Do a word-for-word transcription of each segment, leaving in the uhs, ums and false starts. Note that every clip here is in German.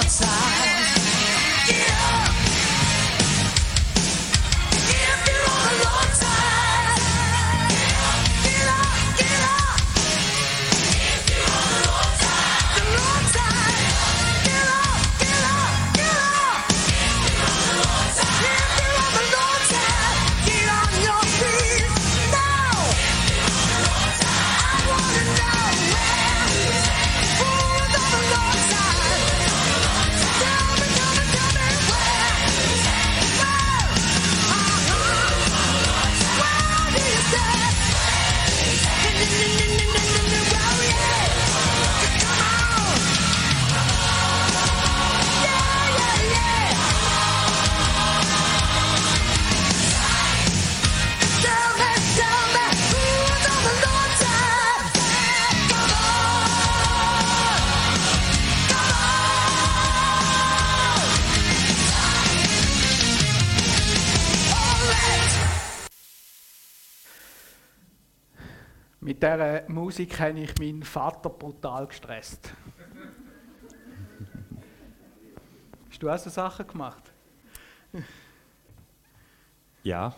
Mit dieser Musik habe ich meinen Vater brutal gestresst. Hast du auch so Sachen gemacht? Ja.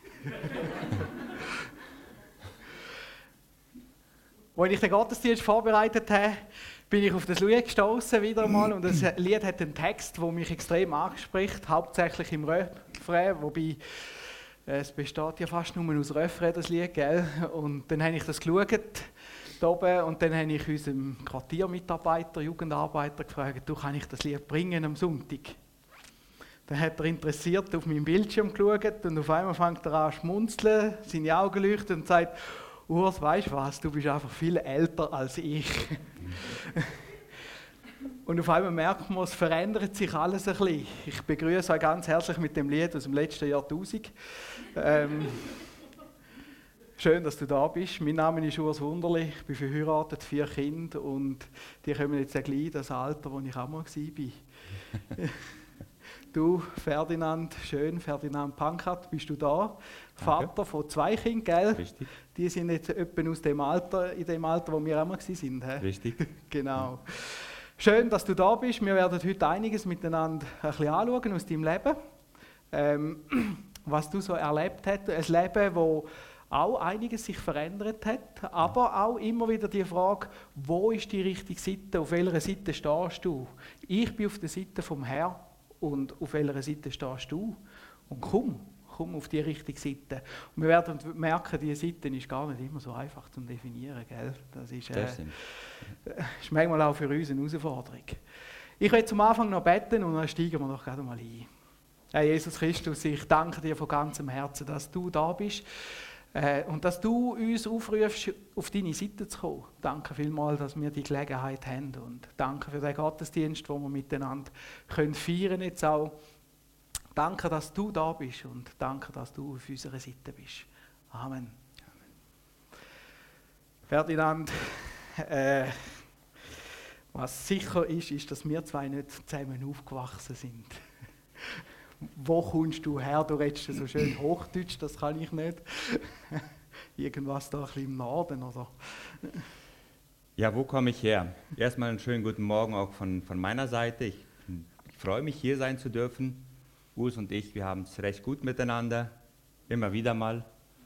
Als ich den Gottesdienst vorbereitet habe, bin ich auf das Lied gestoßen wieder einmal. Und das Lied hat einen Text, der mich extrem anspricht, hauptsächlich im Refrain, wobei es besteht ja fast nur aus Refrain, das Lied, gell? Und dann habe ich das geschaut, da oben, und dann habe ich unseren Quartiermitarbeiter, Jugendarbeiter gefragt, du, kann ich das Lied bringen am Sonntag? Dann hat er interessiert auf meinen Bildschirm geschaut und auf einmal fängt er an zu schmunzeln, seine Augen leuchten und sagt, Urs, weißt du was, du bist einfach viel älter als ich. Und auf einmal merkt man, es verändert sich alles ein bisschen. Ich begrüße euch ganz herzlich mit dem Lied aus dem letzten Jahrtausend. Ähm, schön, dass du da bist. Mein Name ist Urs Wunderli, ich bin verheiratet, vier Kinder und die kommen jetzt gleich in das Alter, wo ich auch mal war. Du, Ferdinand, schön, Ferdinand Pankert, bist du da? Vater Danke. Von zwei Kindern, gell? Richtig. Die sind jetzt etwa aus dem Alter, in dem Alter, wo wir auch mal waren. He? Richtig. Genau. Schön, dass du da bist. Wir werden heute einiges miteinander ein bisschen anschauen aus deinem Leben. Ähm, was du so erlebt hast. Ein Leben, wo auch einiges sich verändert hat, aber auch immer wieder die Frage, wo ist die richtige Seite, auf welcher Seite stehst du? Ich bin auf der Seite vom Herrn und auf welcher Seite stehst du? Und komm, komm auf die richtige Seite. Und wir werden merken, diese Seite ist gar nicht immer so einfach zu definieren. Gell? Das ist, äh, Das stimmt. ist manchmal auch für uns eine Herausforderung. Ich will zum Anfang noch beten und dann steigen wir doch gerade mal ein. Herr Jesus Christus, ich danke dir von ganzem Herzen, dass du da bist äh, und dass du uns aufrufst, auf deine Seite zu kommen. Danke vielmals, dass wir die Gelegenheit haben und danke für den Gottesdienst, den wir miteinander können feiern jetzt auch. Danke, dass du da bist und danke, dass du auf unserer Seite bist. Amen. Ferdinand, äh, was sicher ist, ist, dass wir zwei nicht zusammen aufgewachsen sind. Wo kommst du her? Du redest so schön Hochdeutsch, das kann ich nicht. Irgendwas da ein bisschen im Norden, oder? Ja, wo komme ich her? Erstmal einen schönen guten Morgen auch von, von meiner Seite. Ich, ich freue mich, hier sein zu dürfen. Urs und ich, wir haben es recht gut miteinander. Immer wieder mal.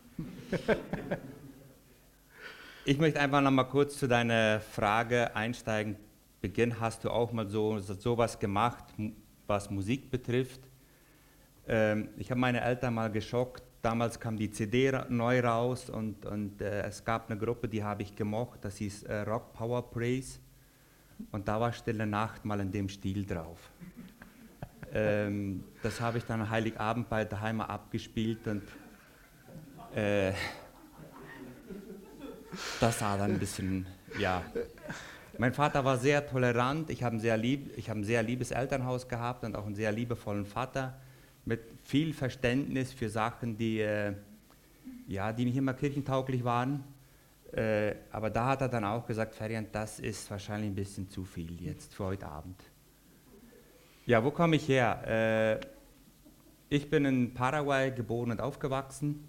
Ich möchte einfach noch mal kurz zu deiner Frage einsteigen. Beginn, hast du auch mal so sowas gemacht, was Musik betrifft? Ähm, ich habe meine Eltern mal geschockt. Damals kam die C D neu raus und, und äh, es gab eine Gruppe, die habe ich gemocht. Das hieß äh, Rock Power Praise. Und da war Stille Nacht mal in dem Stil drauf. ähm, das habe ich dann Heiligabend bei daheim abgespielt und äh, das war dann ein bisschen, ja. Mein Vater war sehr tolerant, ich habe ein sehr, lieb, ich habe ein sehr liebes Elternhaus gehabt und auch einen sehr liebevollen Vater mit viel Verständnis für Sachen, die, äh, ja, die nicht immer kirchentauglich waren. Äh, aber da hat er dann auch gesagt, Ferdinand, das ist wahrscheinlich ein bisschen zu viel jetzt für heute Abend. Ja, wo komme ich her? Äh, ich bin in Paraguay geboren und aufgewachsen,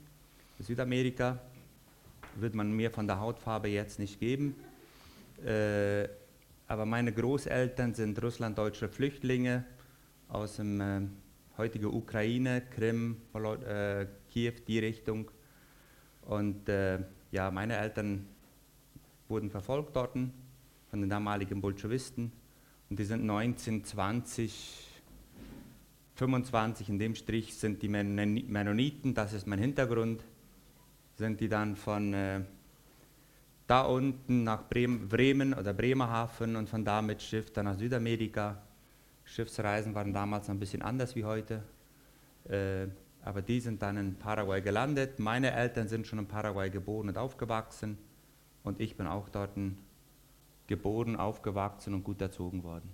Südamerika. Wird man mir von der Hautfarbe jetzt nicht geben. Äh, aber meine Großeltern sind russlanddeutsche Flüchtlinge aus dem äh, heutigen Ukraine, Krim, äh, Kiew, die Richtung. Und äh, ja, meine Eltern wurden verfolgt dort von den damaligen Bolschewisten. Und die sind neunzehn, zwanzig, fünfundzwanzig, in dem Strich sind die Mennoniten, das ist mein Hintergrund, sind die dann von äh, da unten nach Bremen, Bremen oder Bremerhaven und von da mit Schiff dann nach Südamerika. Schiffsreisen waren damals noch ein bisschen anders wie heute. Äh, aber die sind dann in Paraguay gelandet. Meine Eltern sind schon in Paraguay geboren und aufgewachsen. Und ich bin auch dort geboren, aufgewachsen und gut erzogen worden.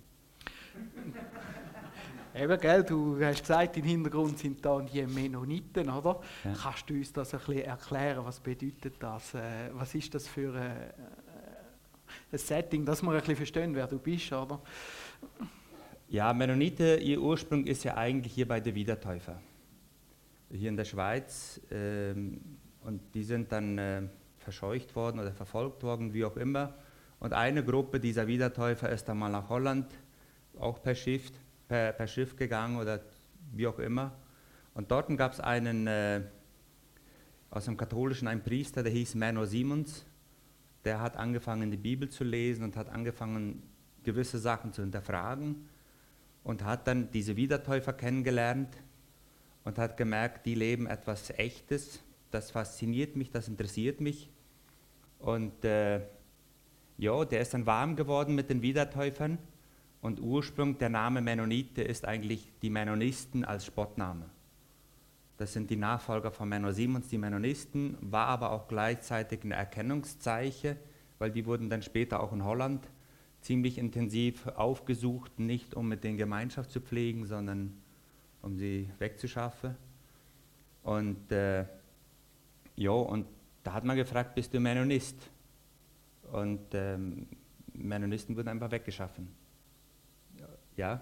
Eben, gell, du hast gesagt, im Hintergrund sind da die Mennoniten, oder? Ja. Kannst du uns das ein bisschen erklären, was bedeutet das? Äh, was ist das für äh, ein Setting, dass wir ein bisschen verstehen, wer du bist, oder? Ja, Mennoniten, ihr Ursprung ist ja eigentlich hier bei den Wiedertäufern. Hier in der Schweiz. Ähm, und die sind dann äh, verscheucht worden oder verfolgt worden, wie auch immer. Und eine Gruppe dieser Wiedertäufer ist dann mal nach Holland, auch per Schiff, per, per Schiff gegangen oder wie auch immer. Und dort gab es einen äh, aus dem Katholischen, einen Priester, der hieß Menno Simons. Der hat angefangen, die Bibel zu lesen und hat angefangen, gewisse Sachen zu hinterfragen und hat dann diese Wiedertäufer kennengelernt und hat gemerkt, die leben etwas Echtes. Das fasziniert mich, das interessiert mich. Und äh, ja, der ist dann warm geworden mit den Wiedertäufern. Und Ursprung der Name Mennonite ist eigentlich die Mennonisten als Spottname. Das sind die Nachfolger von Menno Simons, die Mennonisten, war aber auch gleichzeitig ein Erkennungszeichen, weil die wurden dann später auch in Holland ziemlich intensiv aufgesucht, nicht um mit denen Gemeinschaft zu pflegen, sondern um sie wegzuschaffen. Und äh, ja, und da hat man gefragt, bist du Mennonist? Und ähm, Mennonisten wurden einfach weggeschaffen. Ja?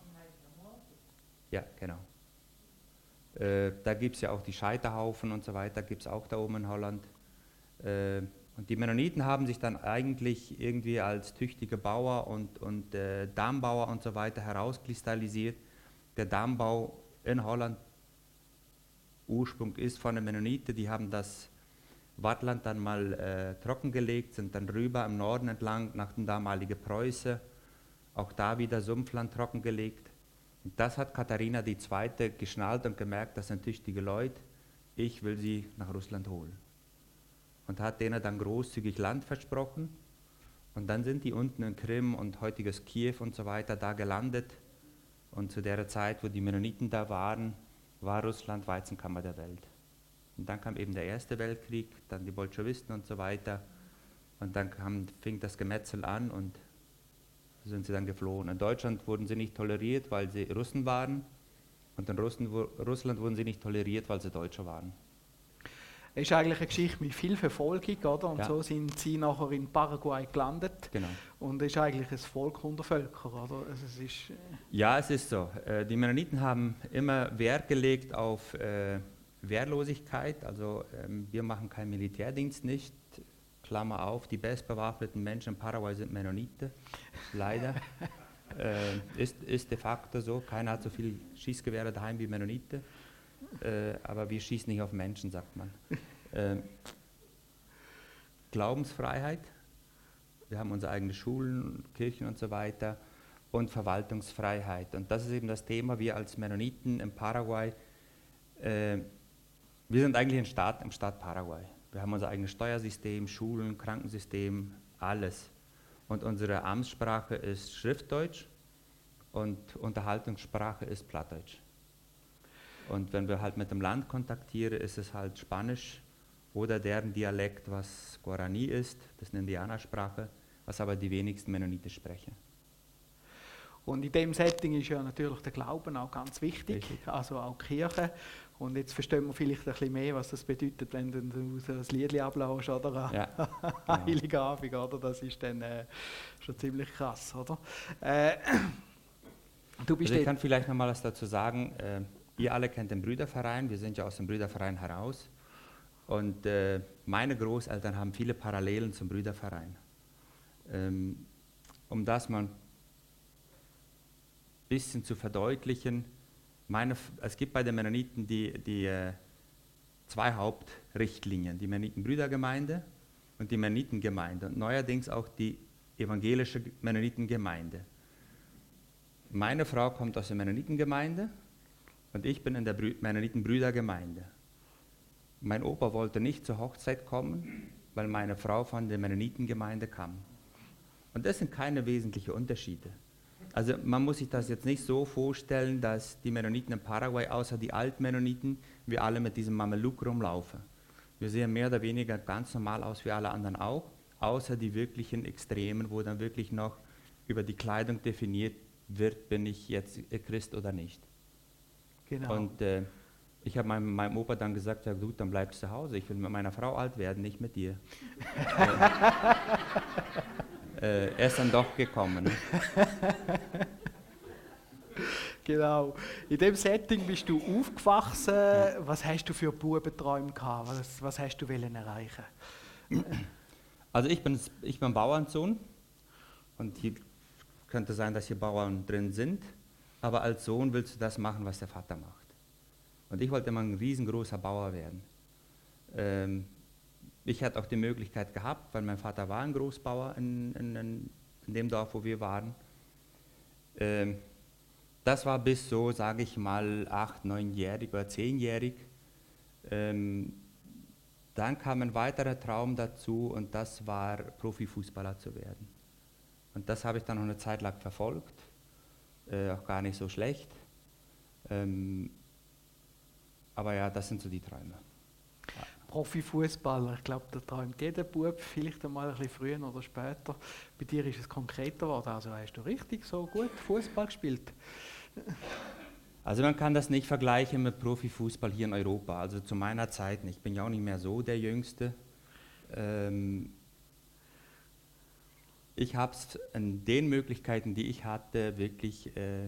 Ja, genau. Äh, da gibt es ja auch die Scheiterhaufen und so weiter, gibt es auch da oben in Holland. Äh, und die Mennoniten haben sich dann eigentlich irgendwie als tüchtige Bauer und, und äh, Dammbauer und so weiter herauskristallisiert. Der Dammbau in Holland, Ursprung ist von den Mennoniten, die haben das Wattland dann mal äh, trockengelegt, sind dann rüber im Norden entlang nach dem damaligen Preußen, auch da wieder Sumpfland trockengelegt. Und das hat Katharina die Zweite geschnallt und gemerkt, das sind tüchtige Leute, ich will sie nach Russland holen. Und hat denen dann großzügig Land versprochen. Und dann sind die unten in Krim und heutiges Kiew und so weiter da gelandet. Und zu der Zeit, wo die Mennoniten da waren, war Russland Weizenkammer der Welt. Und dann kam eben der Erste Weltkrieg, dann die Bolschewisten und so weiter. Und dann kam, fing das Gemetzel an und sind sie dann geflohen. In Deutschland wurden sie nicht toleriert, weil sie Russen waren. Und in Russen, wo, Russland wurden sie nicht toleriert, weil sie Deutsche waren. Es ist eigentlich eine Geschichte mit viel Verfolgung, oder? Und ja. so sind sie nachher in Paraguay gelandet. Genau. Und es ist eigentlich ein Volk unter Völkern, oder? Also es ist, äh ja, es ist so. Die Mennoniten haben immer Wert gelegt auf äh, Wehrlosigkeit. Also ähm, wir machen keinen Militärdienst nicht. Klammer auf, die bestbewaffneten Menschen in Paraguay sind Mennoniten. Leider. äh, ist, ist de facto so. Keiner hat so viel Schießgewehre daheim wie Mennoniten. Äh, aber wir schießen nicht auf Menschen, sagt man. Äh, Glaubensfreiheit, wir haben unsere eigenen Schulen, Kirchen und so weiter und Verwaltungsfreiheit. Und das ist eben das Thema, wir als Mennoniten in Paraguay, äh, wir sind eigentlich ein Staat im Staat Paraguay. Wir haben unser eigenes Steuersystem, Schulen, Krankensystem, alles. Und unsere Amtssprache ist Schriftdeutsch und Unterhaltungssprache ist Plattdeutsch. Und wenn wir halt mit dem Land kontaktieren, ist es halt Spanisch oder deren Dialekt, was Guarani ist, das ist eine Indianersprache, was aber die wenigsten Mennoniten sprechen. Und in dem Setting ist ja natürlich der Glauben auch ganz wichtig, Richtig. Also auch die Kirche. Und jetzt verstehen wir vielleicht ein bisschen mehr, was das bedeutet, wenn du so ein Liedli ablässt, oder? Ja, genau. Heiligabend, oder? Das ist dann äh, schon ziemlich krass, oder? Äh, du bist also ich kann vielleicht noch mal was dazu sagen. Äh, ihr alle kennt den Brüderverein, wir sind ja aus dem Brüderverein heraus. Und äh, meine Großeltern haben viele Parallelen zum Brüderverein. Ähm, um das mal ein bisschen zu verdeutlichen, meine, es gibt bei den Mennoniten die, die äh, zwei Hauptrichtlinien, die Mennonitenbrüdergemeinde und die Mennonitengemeinde und neuerdings auch die evangelische Mennonitengemeinde. Meine Frau kommt aus der Mennonitengemeinde und ich bin in der Brü- Mennonitenbrüdergemeinde. Mein Opa wollte nicht zur Hochzeit kommen, weil meine Frau von der Mennonitengemeinde kam. Und das sind keine wesentlichen Unterschiede. Also man muss sich das jetzt nicht so vorstellen, dass die Mennoniten in Paraguay, außer die Altmennoniten, wir alle mit diesem Mameluk rumlaufen. Wir sehen mehr oder weniger ganz normal aus wie alle anderen auch, außer die wirklichen Extremen, wo dann wirklich noch über die Kleidung definiert wird, bin ich jetzt Christ oder nicht. Genau. Und äh, ich habe meinem, meinem Opa dann gesagt, ja gut, dann bleibst du zu Hause, ich will mit meiner Frau alt werden, nicht mit dir. äh, er ist dann doch gekommen. Ne? Genau. In dem Setting bist du aufgewachsen. Was hast du für Bubenträume gehabt? Was, was hast du wollen erreichen? Also ich bin, ich bin Bauernsohn und hier könnte sein, dass hier Bauern drin sind, aber als Sohn willst du das machen, was der Vater macht. Und ich wollte immer ein riesengroßer Bauer werden. Ähm, ich hatte auch die Möglichkeit gehabt, weil mein Vater war ein Großbauer in, in, in dem Dorf, wo wir waren. Ähm, das war bis so, sage ich mal, acht, neunjährig oder zehnjährig. Ähm, dann kam ein weiterer Traum dazu und das war, Profifußballer zu werden. Und das habe ich dann noch eine Zeit lang verfolgt, äh, auch gar nicht so schlecht. Ähm, aber ja, das sind so die Träume. Ja. Profifußballer, ich glaube, da träumt jeder Bub, vielleicht einmal ein bisschen früher oder später. Bei dir ist es konkreter geworden, also hast du richtig so gut Fußball gespielt? Also man kann das nicht vergleichen mit Profifußball hier in Europa, also zu meiner Zeit nicht. Ich bin ja auch nicht mehr so der Jüngste. Ähm, ich habe es in den Möglichkeiten, die ich hatte, wirklich äh,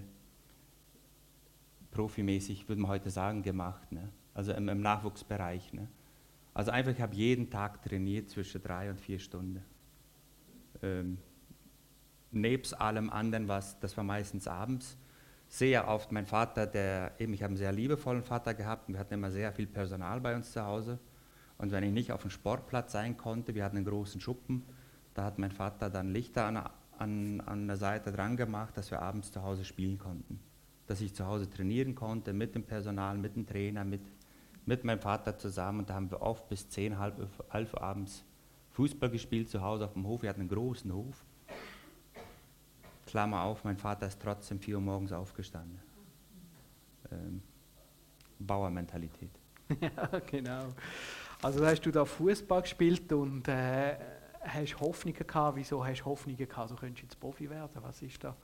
profimäßig, würde man heute sagen, gemacht. Ne? Also im, im Nachwuchsbereich. Ne? Also einfach, ich habe jeden Tag trainiert zwischen drei und vier Stunden. Ähm, nebst allem anderen, was, das war meistens abends, sehr oft mein Vater, der eben, ich habe einen sehr liebevollen Vater gehabt, und wir hatten immer sehr viel Personal bei uns zu Hause. Und wenn ich nicht auf dem Sportplatz sein konnte, wir hatten einen großen Schuppen, da hat mein Vater dann Lichter an, an, an der Seite dran gemacht, dass wir abends zu Hause spielen konnten. Dass ich zu Hause trainieren konnte, mit dem Personal, mit dem Trainer, mit, mit meinem Vater zusammen. Und da haben wir oft bis zehn, halb elf Uhr abends Fußball gespielt zu Hause auf dem Hof. Wir hatten einen großen Hof. Klammer auf, mein Vater ist trotzdem vier Uhr morgens aufgestanden. Ähm, Bauermentalität. Ja, genau. Also da hast du da Fußball gespielt und äh, hast Hoffnungen gehabt. Wieso hast du Hoffnungen gehabt, so könntest du jetzt Profi werden? Was ist da?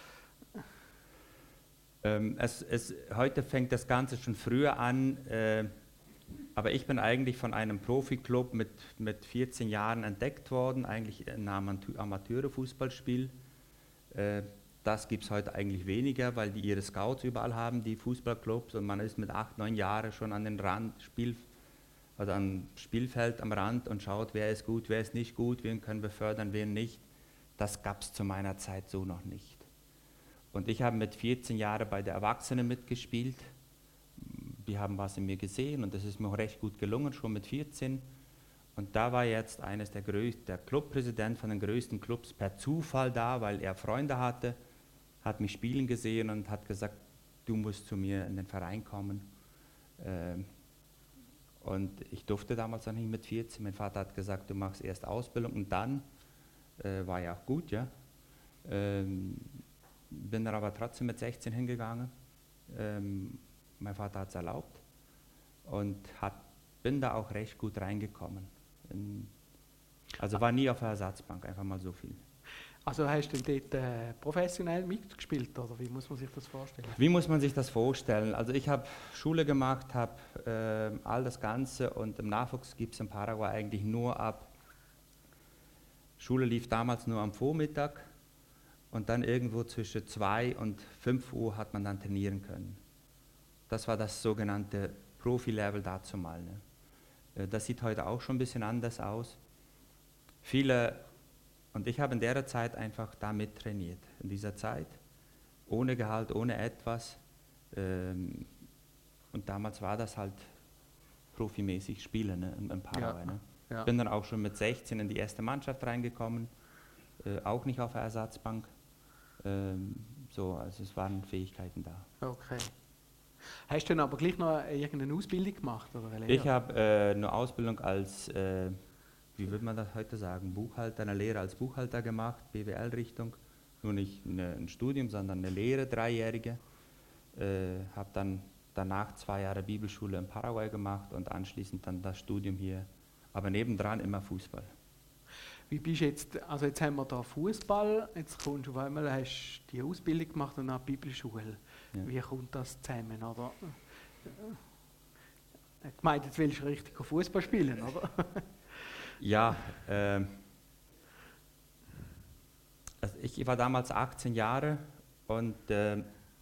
Ähm, es, es, heute fängt das Ganze schon früher an, äh, aber ich bin eigentlich von einem Profiklub mit, mit vierzehn Jahren entdeckt worden, eigentlich ein Amateure-Fußballspiel. Äh, das gibt es heute eigentlich weniger, weil die ihre Scouts überall haben, die Fußballclubs, und man ist mit acht, neun Jahren schon an den Rand, Spiel, also am Spielfeld am Rand und schaut, wer ist gut, wer ist nicht gut, wen können wir fördern, wen nicht. Das gab es zu meiner Zeit so noch nicht. Und ich habe mit vierzehn Jahren bei den Erwachsenen mitgespielt. Die haben was in mir gesehen und das ist mir auch recht gut gelungen, schon mit vierzehn. Und da war jetzt eines der größten, der Clubpräsident von den größten Clubs per Zufall da, weil er Freunde hatte, hat mich spielen gesehen und hat gesagt, du musst zu mir in den Verein kommen. Ähm, und ich durfte damals noch nicht mit vierzehn. Mein Vater hat gesagt, du machst erst Ausbildung und dann, äh, war ja auch gut, ja. Ähm, bin dann aber trotzdem mit sechzehn hingegangen. Ähm, mein Vater hat es erlaubt und hat, bin da auch recht gut reingekommen. In, also war nie auf der Ersatzbank, einfach mal so viel. Also hast du dort äh, professionell mitgespielt oder wie muss man sich das vorstellen? Wie muss man sich das vorstellen? Also ich habe Schule gemacht, habe äh, all das Ganze und im Nachwuchs gibt es in Paraguay eigentlich nur ab. Schule lief damals nur am Vormittag und dann irgendwo zwischen zwei und fünf Uhr hat man dann trainieren können. Das war das sogenannte Profi-Level dazu mal. Ne? Das sieht heute auch schon ein bisschen anders aus. Viele Und ich habe in der Zeit einfach da mittrainiert. In dieser Zeit, ohne Gehalt, ohne etwas. Ähm, und damals war das halt profimäßig Spielen, ne, im, im Paraguay. Ja, Ne. ja. Bin dann auch schon mit sechzehn in die erste Mannschaft reingekommen, äh, auch nicht auf der Ersatzbank. Ähm, so, also es waren Fähigkeiten da. Okay. Hast du dann aber gleich noch irgendeine Ausbildung gemacht oder eine Lehre? Ich habe äh, eine Ausbildung als, äh, wie würde man das heute sagen, Buchhalter, eine Lehre als Buchhalter gemacht, B W L-Richtung. Nur nicht eine, ein Studium, sondern eine Lehre, dreijährige. Äh, habe dann danach zwei Jahre Bibelschule in Paraguay gemacht und anschließend dann das Studium hier. Aber nebendran immer Fußball. Wie bist du jetzt, also jetzt haben wir da Fußball, jetzt kommst du auf einmal, hast die Ausbildung gemacht und dann die Bibelschule. Ja. Wie kommt das zusammen, oder? Ich meine, jetzt willst du richtig Fußball spielen, oder? Ja, ähm, also ich war damals achtzehn Jahre und ähm,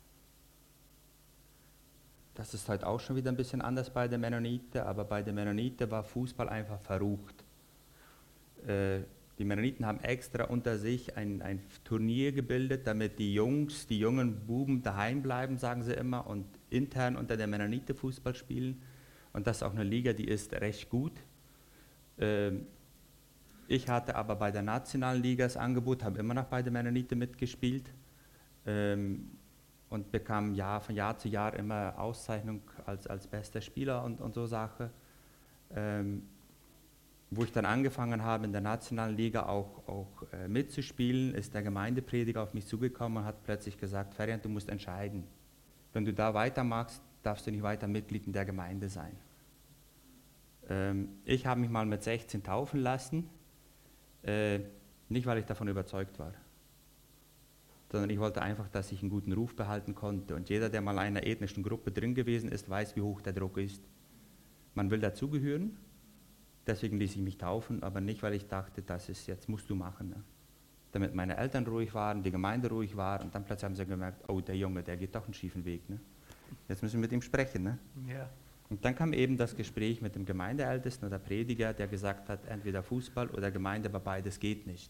das ist heute auch schon wieder ein bisschen anders bei den Mennoniten, aber bei den Mennoniten war Fußball einfach verrucht. Äh, die Mennoniten haben extra unter sich ein, ein Turnier gebildet, damit die Jungs, die jungen Buben daheim bleiben, sagen sie immer, und intern unter den Mennoniten Fußball spielen. Und das ist auch eine Liga, die ist recht gut. Ähm, ich hatte aber bei der nationalen Liga das Angebot, habe immer noch bei den Mennoniten mitgespielt. Ähm, und bekam Jahr von Jahr zu Jahr immer Auszeichnung als, als bester Spieler und, und so Sachen. Ähm, wo ich dann angefangen habe, in der nationalen Liga auch, auch äh, mitzuspielen, ist der Gemeindeprediger auf mich zugekommen und hat plötzlich gesagt, Ferian, du musst entscheiden. Wenn du da weitermachst, darfst du nicht weiter Mitglied in der Gemeinde sein. Ähm, ich habe mich mal mit sechzehn taufen lassen, äh, nicht weil ich davon überzeugt war, sondern ich wollte einfach, dass ich einen guten Ruf behalten konnte. Und jeder, der mal in einer ethnischen Gruppe drin gewesen ist, weiß, wie hoch der Druck ist. Man will dazugehören, deswegen ließ ich mich taufen, aber nicht, weil ich dachte, das ist, jetzt musst du machen. Ne? Damit meine Eltern ruhig waren, die Gemeinde ruhig war und dann plötzlich haben sie gemerkt, oh, der Junge, der geht doch einen schiefen Weg. Ne? Jetzt müssen wir mit ihm sprechen. Ne? Ja. Und dann kam eben das Gespräch mit dem Gemeindeältesten oder Prediger, der gesagt hat, entweder Fußball oder Gemeinde, aber beides geht nicht.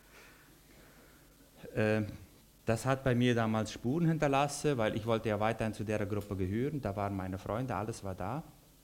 Äh, das hat bei mir damals Spuren hinterlassen, weil ich wollte ja weiterhin zu der Gruppe gehören, da waren meine Freunde, alles war da.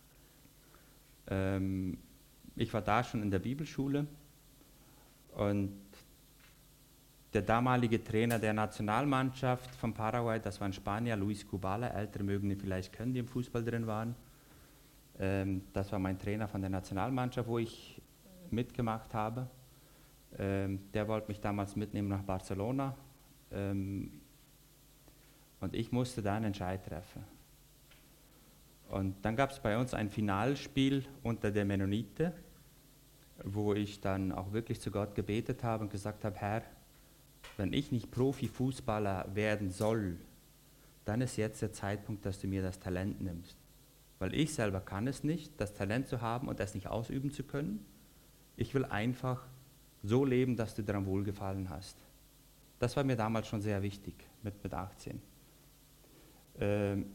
Ähm, ich war da schon in der Bibelschule und der damalige Trainer der Nationalmannschaft von Paraguay, das war ein Spanier, Luis Kubala, Ältere mögen ihn vielleicht kennen, die im Fußball drin waren. Ähm, das war mein Trainer von der Nationalmannschaft, wo ich mitgemacht habe. Ähm, der wollte mich damals mitnehmen nach Barcelona ähm, und ich musste da einen Entscheid treffen. Und dann gab es bei uns ein Finalspiel unter der Mennoniten, wo ich dann auch wirklich zu Gott gebetet habe und gesagt habe, Herr, wenn ich nicht Profifußballer werden soll, dann ist jetzt der Zeitpunkt, dass du mir das Talent nimmst. Weil ich selber kann es nicht, das Talent zu haben und das nicht ausüben zu können. Ich will einfach so leben, dass du daran Wohlgefallen hast. Das war mir damals schon sehr wichtig, mit, mit achtzehn. Ähm,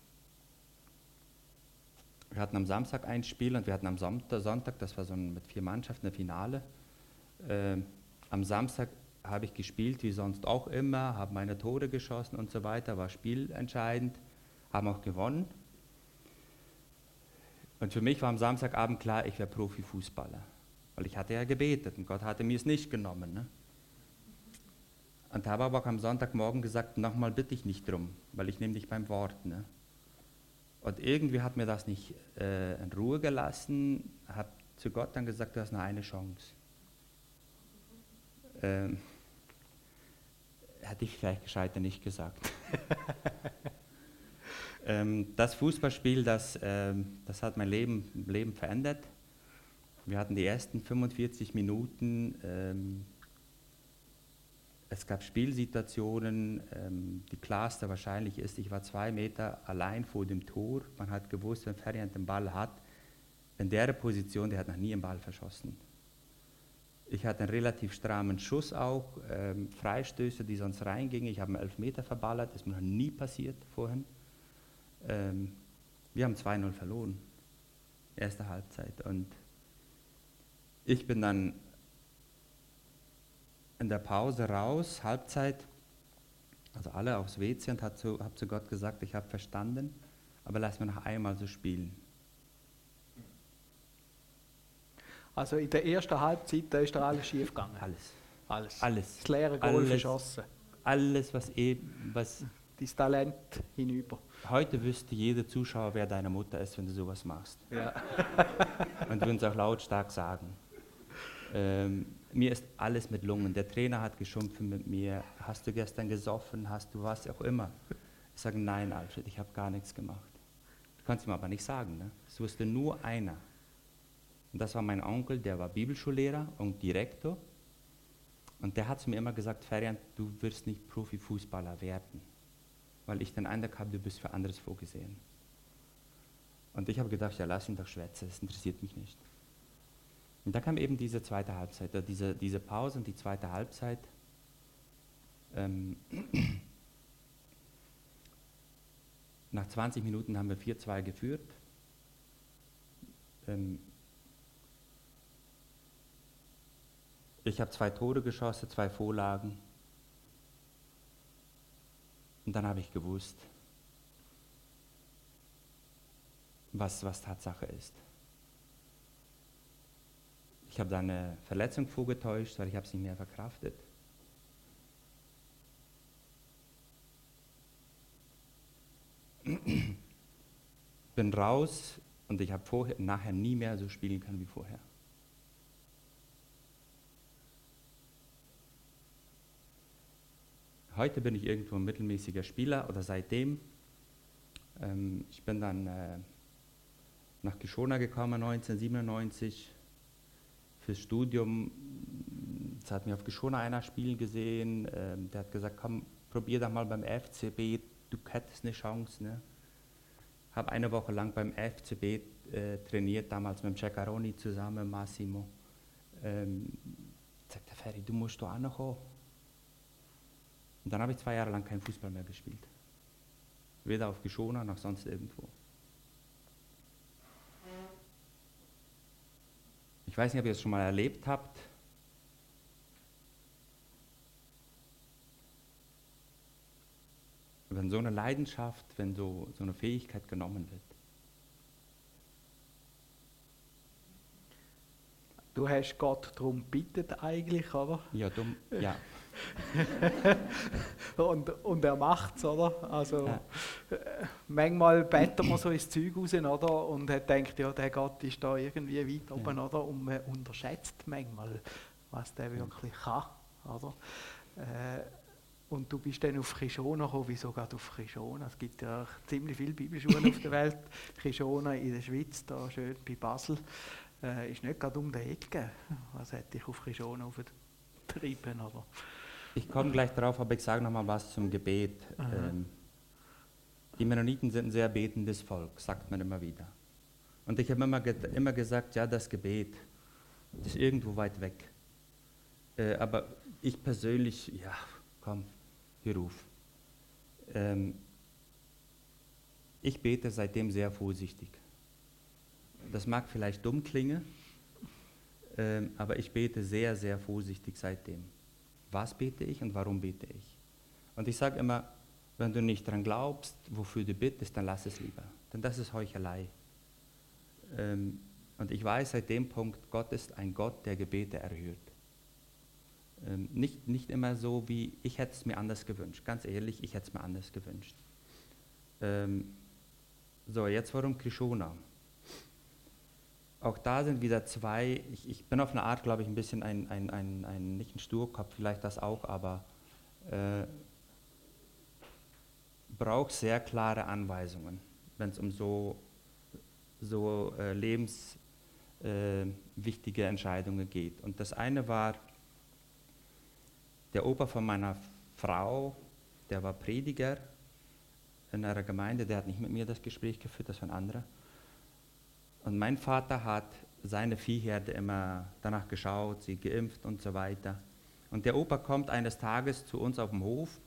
wir hatten am Samstag ein Spiel und wir hatten am Sonntag, das war so ein, mit vier Mannschaften, ein Finale. Ähm, am Samstag habe ich gespielt, wie sonst auch immer, habe meine Tore geschossen und so weiter, war spielentscheidend, haben auch gewonnen. Und für mich war am Samstagabend klar, ich wäre Profifußballer, weil ich hatte ja gebetet und Gott hatte mir es nicht genommen. Ne? Und habe aber auch am Sonntagmorgen gesagt, nochmal bitte ich nicht drum, weil ich nehme dich beim Wort. Ne? Und irgendwie hat mir das nicht äh, in Ruhe gelassen, habe zu Gott dann gesagt, du hast nur eine Chance. Ähm, hätte ich vielleicht gescheiter nicht gesagt. ähm, das Fußballspiel, das, ähm, das hat mein Leben, Leben verändert. Wir hatten die ersten fünfundvierzig Minuten, ähm, es gab Spielsituationen, ähm, die klarste wahrscheinlich ist, ich war zwei Meter allein vor dem Tor. Man hat gewusst, wenn Ferian den Ball hat, in der Position, der hat noch nie einen Ball verschossen. Ich hatte einen relativ strammen Schuss auch, ähm, Freistöße, die sonst reingingen. Ich habe einen Elfmeter verballert, das ist mir noch nie passiert vorhin. Ähm, wir haben zwei null verloren, erste Halbzeit. Und ich bin dann in der Pause raus, Halbzeit, also alle aufs W C und habe zu, hab zu Gott gesagt, ich habe verstanden, aber lass mir noch einmal so spielen. Also in der ersten Halbzeit, da ist da alles schief gegangen? Alles. Alles. Alles. Das leere Goal Alles. verschossen. Alles, was eben, was Dein Talent hinüber. heute wüsste jeder Zuschauer, wer deine Mutter ist, wenn du sowas machst. Ja. Und würden es auch lautstark sagen. Ähm, mir ist alles mit Lungen. Der Trainer hat geschumpft mit mir. Hast du gestern gesoffen? Hast du was auch immer? Ich sage, nein, Alfred, ich habe gar nichts gemacht. Du kannst ihm aber nicht sagen. Ne? Es wusste nur einer. Und das war mein Onkel, der war Bibelschullehrer und Direktor. Und der hat zu mir immer gesagt, Ferian, du wirst nicht Profifußballer werden. Weil ich den Eindruck habe, du bist für anderes vorgesehen. Und ich habe gedacht, ja, lass ihn doch schwätzen, das interessiert mich nicht. Und da kam eben diese zweite Halbzeit, äh, diese, diese Pause und die zweite Halbzeit. Ähm, nach zwanzig Minuten haben wir vier zwei geführt. Ähm, ich habe zwei Tore geschossen, zwei Vorlagen. Und dann habe ich gewusst, was, was Tatsache ist. Ich habe dann eine Verletzung vorgetäuscht, weil ich habe es nicht mehr verkraftet. Bin raus und ich habe vorher, nachher nie mehr so spielen können wie vorher. Heute bin ich irgendwo ein mittelmäßiger Spieler oder seitdem. Ähm, ich bin dann äh, nach Kishona gekommen, neunzehnhundertsiebenundneunzig, fürs Studium. Jetzt hat mich auf Kishona einer spielen gesehen. Ähm, der hat gesagt, komm, probier doch mal beim F C B, du hättest eine Chance. Ne? Habe eine Woche lang beim F C B äh, trainiert, damals mit dem Ceccaroni zusammen, Massimo. Ähm, sagt der Ferry, du musst da auch noch kommen. Und dann habe ich zwei Jahre lang keinen Fußball mehr gespielt. Weder auf Kishona noch sonst irgendwo. Ich weiß nicht, ob ihr das schon mal erlebt habt. Wenn so eine Leidenschaft, wenn so, so eine Fähigkeit genommen wird. Du hast Gott darum gebeten eigentlich, oder? Ja, dumm, ja. und, und er macht es, oder? Also, Ja. äh, manchmal betet man so ins Zeug raus, oder? Und hat denkt, ja, der Gott ist da irgendwie weit Ja. oben, oder? Und man unterschätzt manchmal, was der wirklich kann, oder? Äh, und du bist dann auf Kishona gekommen. Wieso gerade auf Kishona? Es gibt ja ziemlich viele Bibelschulen auf der Welt. Kishona in der Schweiz, da schön bei Basel, äh, ist nicht gerade um die Ecke. Was hätte dich auf Kishona aufgetrieben, oder? Ich komme gleich drauf, aber ich sage noch mal was zum Gebet. Ähm, die Mennoniten sind ein sehr betendes Volk, sagt man immer wieder. Und ich habe immer, ge immer gesagt, ja, das Gebet, das ist irgendwo weit weg. Äh, aber ich persönlich, ja, komm, hör auf. Ähm, ich bete seitdem sehr vorsichtig. Das mag vielleicht dumm klingen, ähm, aber ich bete sehr, sehr vorsichtig seitdem. Was bete ich und warum bete ich? Und ich sage immer, wenn du nicht daran glaubst, wofür du bittest, dann lass es lieber. Denn das ist Heuchelei. Ähm, und ich weiß seit dem Punkt, Gott ist ein Gott, der Gebete erhört. Ähm, nicht, nicht immer so, wie ich hätte es mir anders gewünscht. Ganz ehrlich, ich hätte es mir anders gewünscht. Ähm, so, jetzt warum Kishona? Auch da sind wieder zwei, ich, ich bin auf eine Art, glaube ich, ein bisschen ein, ein, ein, ein, nicht ein Sturkopf, vielleicht das auch, aber äh, braucht sehr klare Anweisungen, wenn es um so, so äh, lebenswichtige äh, Entscheidungen geht. Und das eine war, der Opa von meiner Frau, der war Prediger in einer Gemeinde, der hat nicht mit mir das Gespräch geführt, das war ein anderer. Und mein Vater hat seine Viehherde immer danach geschaut, sie geimpft und so weiter. Und der Opa kommt eines Tages zu uns auf dem Hof.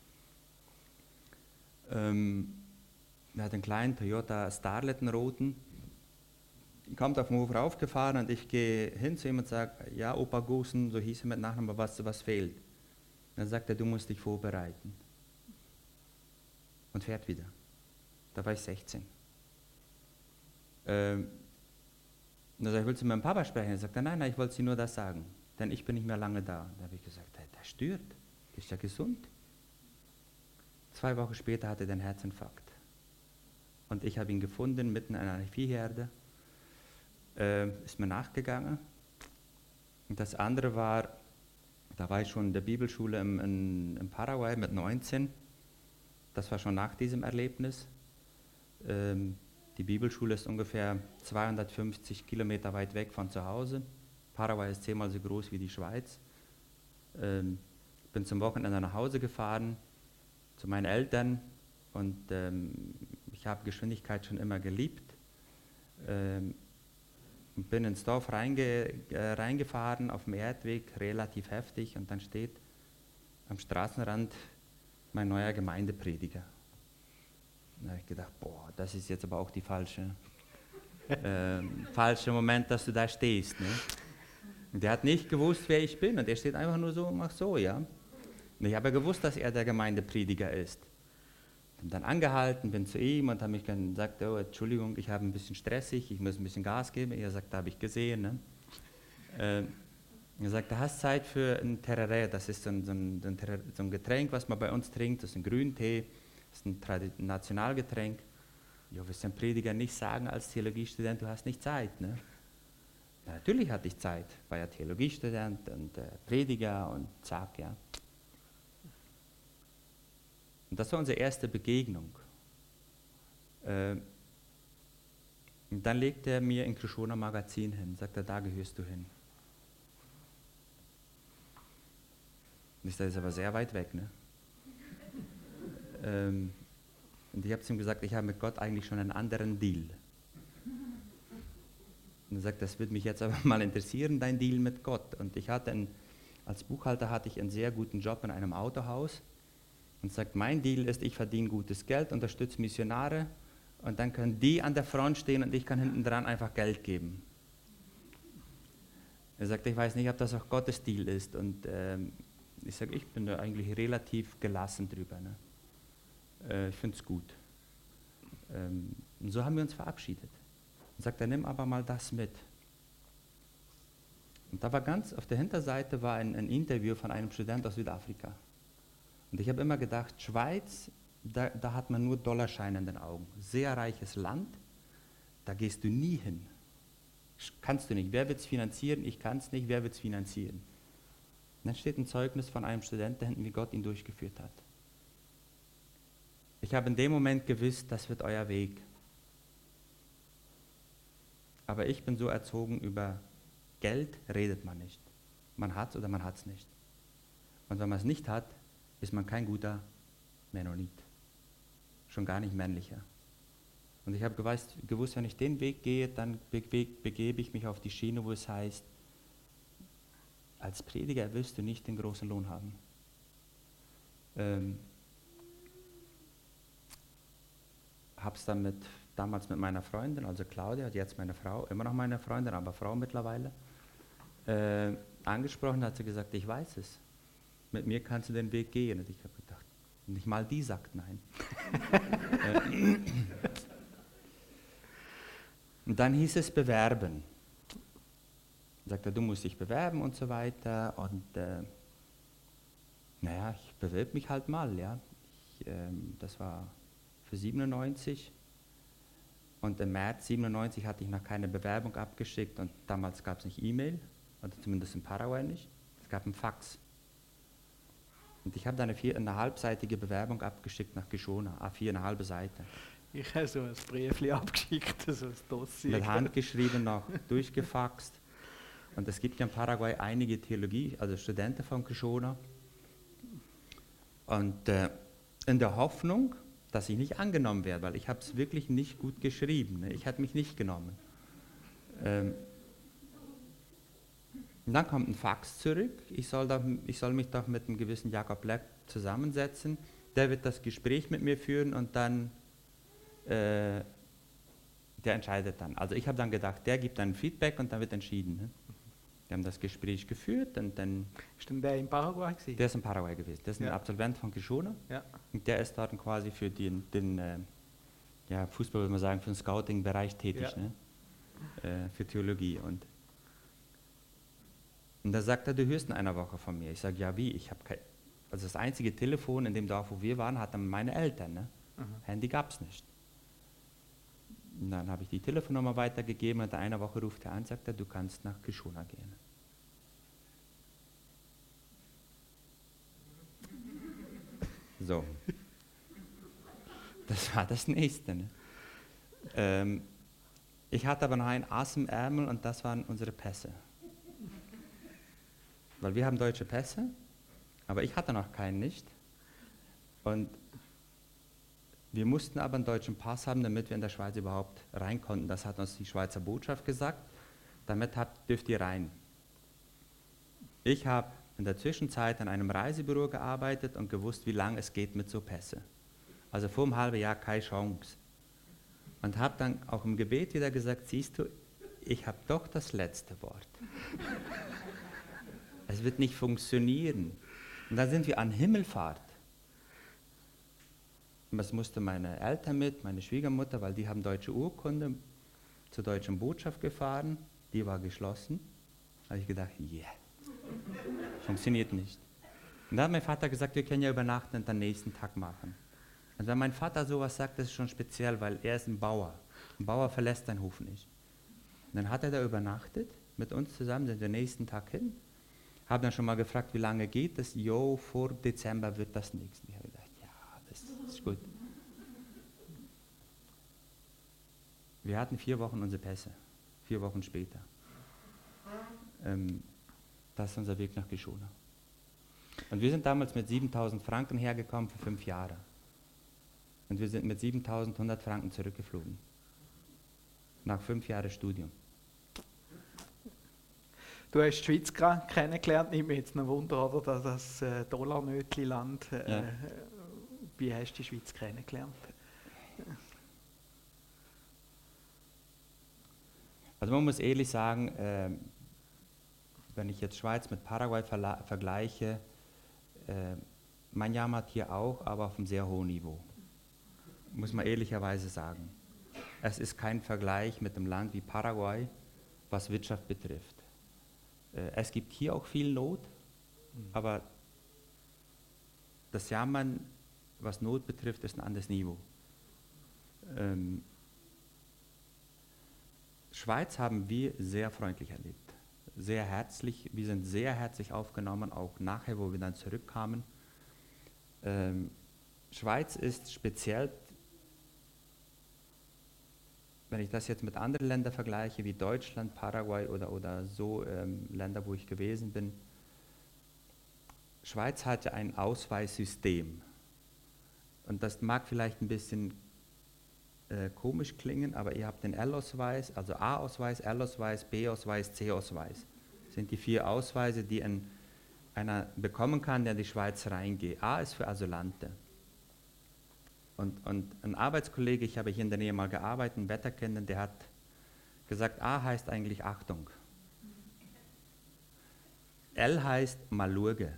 Ähm, er hat einen kleinen Toyota Starlet, einen roten. Kommt auf dem Hof raufgefahren und ich gehe hin zu ihm und sage, ja, Opa Gusen, so hieß er mit Nachnamen, was, was fehlt? Dann sagt er, du musst dich vorbereiten. Und fährt wieder. Da war ich sechzehn. Ähm, dann sag ich, willst du mit meinem Papa sprechen? Er sagt, nein, nein, ich wollte dir nur das sagen, denn ich bin nicht mehr lange da. Da habe ich gesagt, der, der stört, der ist ja gesund. Zwei Wochen später hatte er den Herzinfarkt. Und ich habe ihn gefunden, mitten in einer Viehherde, äh, ist mir nachgegangen. Und das andere war, da war ich schon in der Bibelschule im, in, in Paraguay mit neunzehn. Das war schon nach diesem Erlebnis. Ähm, die Bibelschule ist ungefähr zweihundertfünfzig Kilometer weit weg von zu Hause. Paraguay ist zehnmal so groß wie die Schweiz. Ähm, bin zum Wochenende nach Hause gefahren, zu meinen Eltern, und ähm, ich habe Geschwindigkeit schon immer geliebt. Ähm, bin ins Dorf reinge, äh, reingefahren, auf dem Erdweg, relativ heftig, und dann steht am Straßenrand mein neuer Gemeindeprediger. Da habe ich gedacht, boah, das ist jetzt aber auch die falsche, äh, falsche Moment, dass du da stehst. Ne? Und der hat nicht gewusst, wer ich bin, und der steht einfach nur so und macht so, ja. Und ich habe gewusst, dass er der Gemeindeprediger ist. Bin dann angehalten, bin zu ihm und habe mich gesagt, oh, Entschuldigung, ich habe ein bisschen stressig, ich muss ein bisschen Gas geben. Er sagt, da habe ich gesehen. Ne? Äh, er sagt, du hast Zeit für ein Tereré, das ist so ein, so, ein, so, ein so ein Getränk, was man bei uns trinkt, das ist ein Grüntee, das ist ein Tradi- Nationalgetränk. Ja, wirst du dem Prediger nicht sagen als Theologiestudent, du hast nicht Zeit. Ne? Ja, natürlich hatte ich Zeit, war ja Theologiestudent und äh, Prediger und zack, ja. Und das war unsere erste Begegnung. Äh, und dann legte er mir ein Krishona Magazin hin, sagte, da gehörst du hin. Und ich sage, das ist aber sehr weit weg, ne? ähm, und ich habe zu ihm gesagt, ich habe mit Gott eigentlich schon einen anderen Deal. Und er sagt, das würde mich jetzt aber mal interessieren, dein Deal mit Gott. Und ich hatte einen, als Buchhalter hatte ich einen sehr guten Job in einem Autohaus. Und sagt, mein Deal ist, ich verdiene gutes Geld, unterstütze Missionare, und dann können die an der Front stehen und ich kann hinten dran einfach Geld geben. Er sagt, ich weiß nicht, ob das auch Gottes Deal ist. Und ähm, ich sage, ich bin da eigentlich relativ gelassen drüber. Ne? Äh, ich finde es gut. Ähm, und so haben wir uns verabschiedet. Und sagt er, nimm aber mal das mit. Und da war ganz, auf der Hinterseite war ein, ein Interview von einem Student aus Südafrika. Und ich habe immer gedacht, Schweiz, da, da hat man nur Dollarscheine in den Augen. Sehr reiches Land, da gehst du nie hin. Kannst du nicht. Wer wird es finanzieren? Ich kann es nicht. Wer wird es finanzieren? Und dann steht ein Zeugnis von einem Studenten hinten, wie Gott ihn durchgeführt hat. Ich habe in dem Moment gewusst, das wird euer Weg. Aber ich bin so erzogen, über Geld redet man nicht. Man hat es oder man hat es nicht. Und wenn man es nicht hat, ist man kein guter Mennonit. Schon gar nicht männlicher. Und ich habe gewusst, gewusst, wenn ich den Weg gehe, dann be- begebe ich mich auf die Schiene, wo es heißt, als Prediger wirst du nicht den großen Lohn haben. Ähm, habe es dann mit, damals mit meiner Freundin, also Claudia, jetzt meine Frau, immer noch meine Freundin, aber Frau mittlerweile, äh, angesprochen, hat sie gesagt, ich weiß es. Mit mir kannst du den Weg gehen. Und ich habe gedacht, nicht mal die sagt nein. Und dann hieß es bewerben. Sagt er, du musst dich bewerben und so weiter. Und äh, naja, ich bewirb mich halt mal. Ja. Ich, ähm, das war für siebenundneunzig. Und im März siebenundneunzig hatte ich noch keine Bewerbung abgeschickt. Und damals gab es nicht E-Mail, oder zumindest in Paraguay nicht. Es gab einen Fax. Und ich habe dann eine, vier, eine halbseitige Bewerbung abgeschickt nach Krishona, A vier, eine halbe Seite. Ich habe so ein Briefchen abgeschickt, so ein Dossier. Mit Hand geschrieben, noch durchgefaxt. Und es gibt ja in Paraguay einige Theologie, also Studenten von Krishona. Und äh, in der Hoffnung, dass ich nicht angenommen werde, weil ich habe es wirklich nicht gut geschrieben. Ne? Ich hatte mich nicht genommen. Ähm, Und dann kommt ein Fax zurück, ich soll, da, ich soll mich doch mit einem gewissen Jakob Leck zusammensetzen, der wird das Gespräch mit mir führen und dann, äh, der entscheidet dann. Also ich habe dann gedacht, der gibt dann Feedback und dann wird entschieden. Ne? Wir haben das Gespräch geführt und dann... Ist denn der in Paraguay gewesen? Der ist in Paraguay gewesen. Der ist ein Ja. Absolvent von Kishona. Ja. Und der ist dort quasi für den, den äh, ja, Fußball, würde man sagen, für den Scouting-Bereich tätig, Ja. ne? Äh, für Theologie. Und, und da sagt er, du hörst in einer Woche von mir. Ich sage, ja wie, ich habe kein... Also das einzige Telefon in dem Dorf, wo wir waren, hatten meine Eltern. Ne? Mhm. Handy gab es nicht. Und dann habe ich die Telefonnummer weitergegeben und in einer Woche ruft er an und sagt er, du kannst nach Kishona gehen. So. Das war das Nächste. Ne? Ähm, ich hatte aber noch ein Ass im Ärmel und das waren unsere Pässe. Weil wir haben deutsche Pässe, aber ich hatte noch keinen nicht. Und wir mussten aber einen deutschen Pass haben, damit wir in der Schweiz überhaupt rein konnten. Das hat uns die Schweizer Botschaft gesagt. Damit habt, dürft ihr rein. Ich habe in der Zwischenzeit an einem Reisebüro gearbeitet und gewusst, wie lange es geht mit so Pässe. Also vor einem halben Jahr keine Chance. Und habe dann auch im Gebet wieder gesagt, siehst du, ich habe doch das letzte Wort. Es wird nicht funktionieren. Und dann sind wir an Himmelfahrt. Und das musste meine Eltern mit, meine Schwiegermutter, weil die haben deutsche Urkunde zur deutschen Botschaft gefahren. Die war geschlossen. Da habe ich gedacht, yeah, funktioniert nicht. Und dann hat mein Vater gesagt, wir können ja übernachten und den nächsten Tag machen. Und wenn mein Vater sowas sagt, das ist schon speziell, weil er ist ein Bauer. Ein Bauer verlässt seinen Hof nicht. Und dann hat er da übernachtet, mit uns zusammen, sind wir den nächsten Tag hin. Habe dann schon mal gefragt, wie lange geht das? Jo, vor Dezember wird das nichts. Ich habe gedacht, ja, das ist gut. Wir hatten vier Wochen unsere Pässe, vier Wochen später. Ähm, das ist unser Weg nach Kishona. Und wir sind damals mit siebentausend Franken hergekommen für fünf Jahre. Und wir sind mit siebentausendeinhundert Franken zurückgeflogen. Nach fünf Jahren Studium. Du hast die Schweiz gerade kennengelernt, nicht mehr jetzt ein Wunder, oder, das äh, Dollarnötli-Land. Äh, Ja. Wie hast du die Schweiz kennengelernt? Also man muss ehrlich sagen, äh, wenn ich jetzt Schweiz mit Paraguay verla- vergleiche, äh, man jammert hier auch, aber auf einem sehr hohen Niveau. Muss man ehrlicherweise sagen. Es ist kein Vergleich mit einem Land wie Paraguay, was Wirtschaft betrifft. Äh, es gibt hier auch viel Not, mhm. aber das Jammern, was Not betrifft, ist ein anderes Niveau. Ähm, Schweiz haben wir sehr freundlich erlebt, sehr herzlich. Wir sind sehr herzlich aufgenommen, auch nachher, wo wir dann zurückkamen. Ähm, Schweiz ist speziell, wenn ich das jetzt mit anderen Ländern vergleiche, wie Deutschland, Paraguay oder, oder so ähm, Länder, wo ich gewesen bin. Schweiz hatte ein Ausweissystem. Und das mag vielleicht ein bisschen äh, komisch klingen, aber ihr habt den L-Ausweis, also A-Ausweis, L-Ausweis, B-Ausweis, C-Ausweis. Das sind die vier Ausweise, die ein, einer bekommen kann, der in die Schweiz reingeht. A ist für Asylanten. Und, und ein Arbeitskollege, ich habe hier in der Nähe mal gearbeitet, ein Wetterkenner, der hat gesagt, A heißt eigentlich Achtung. L heißt Malurge.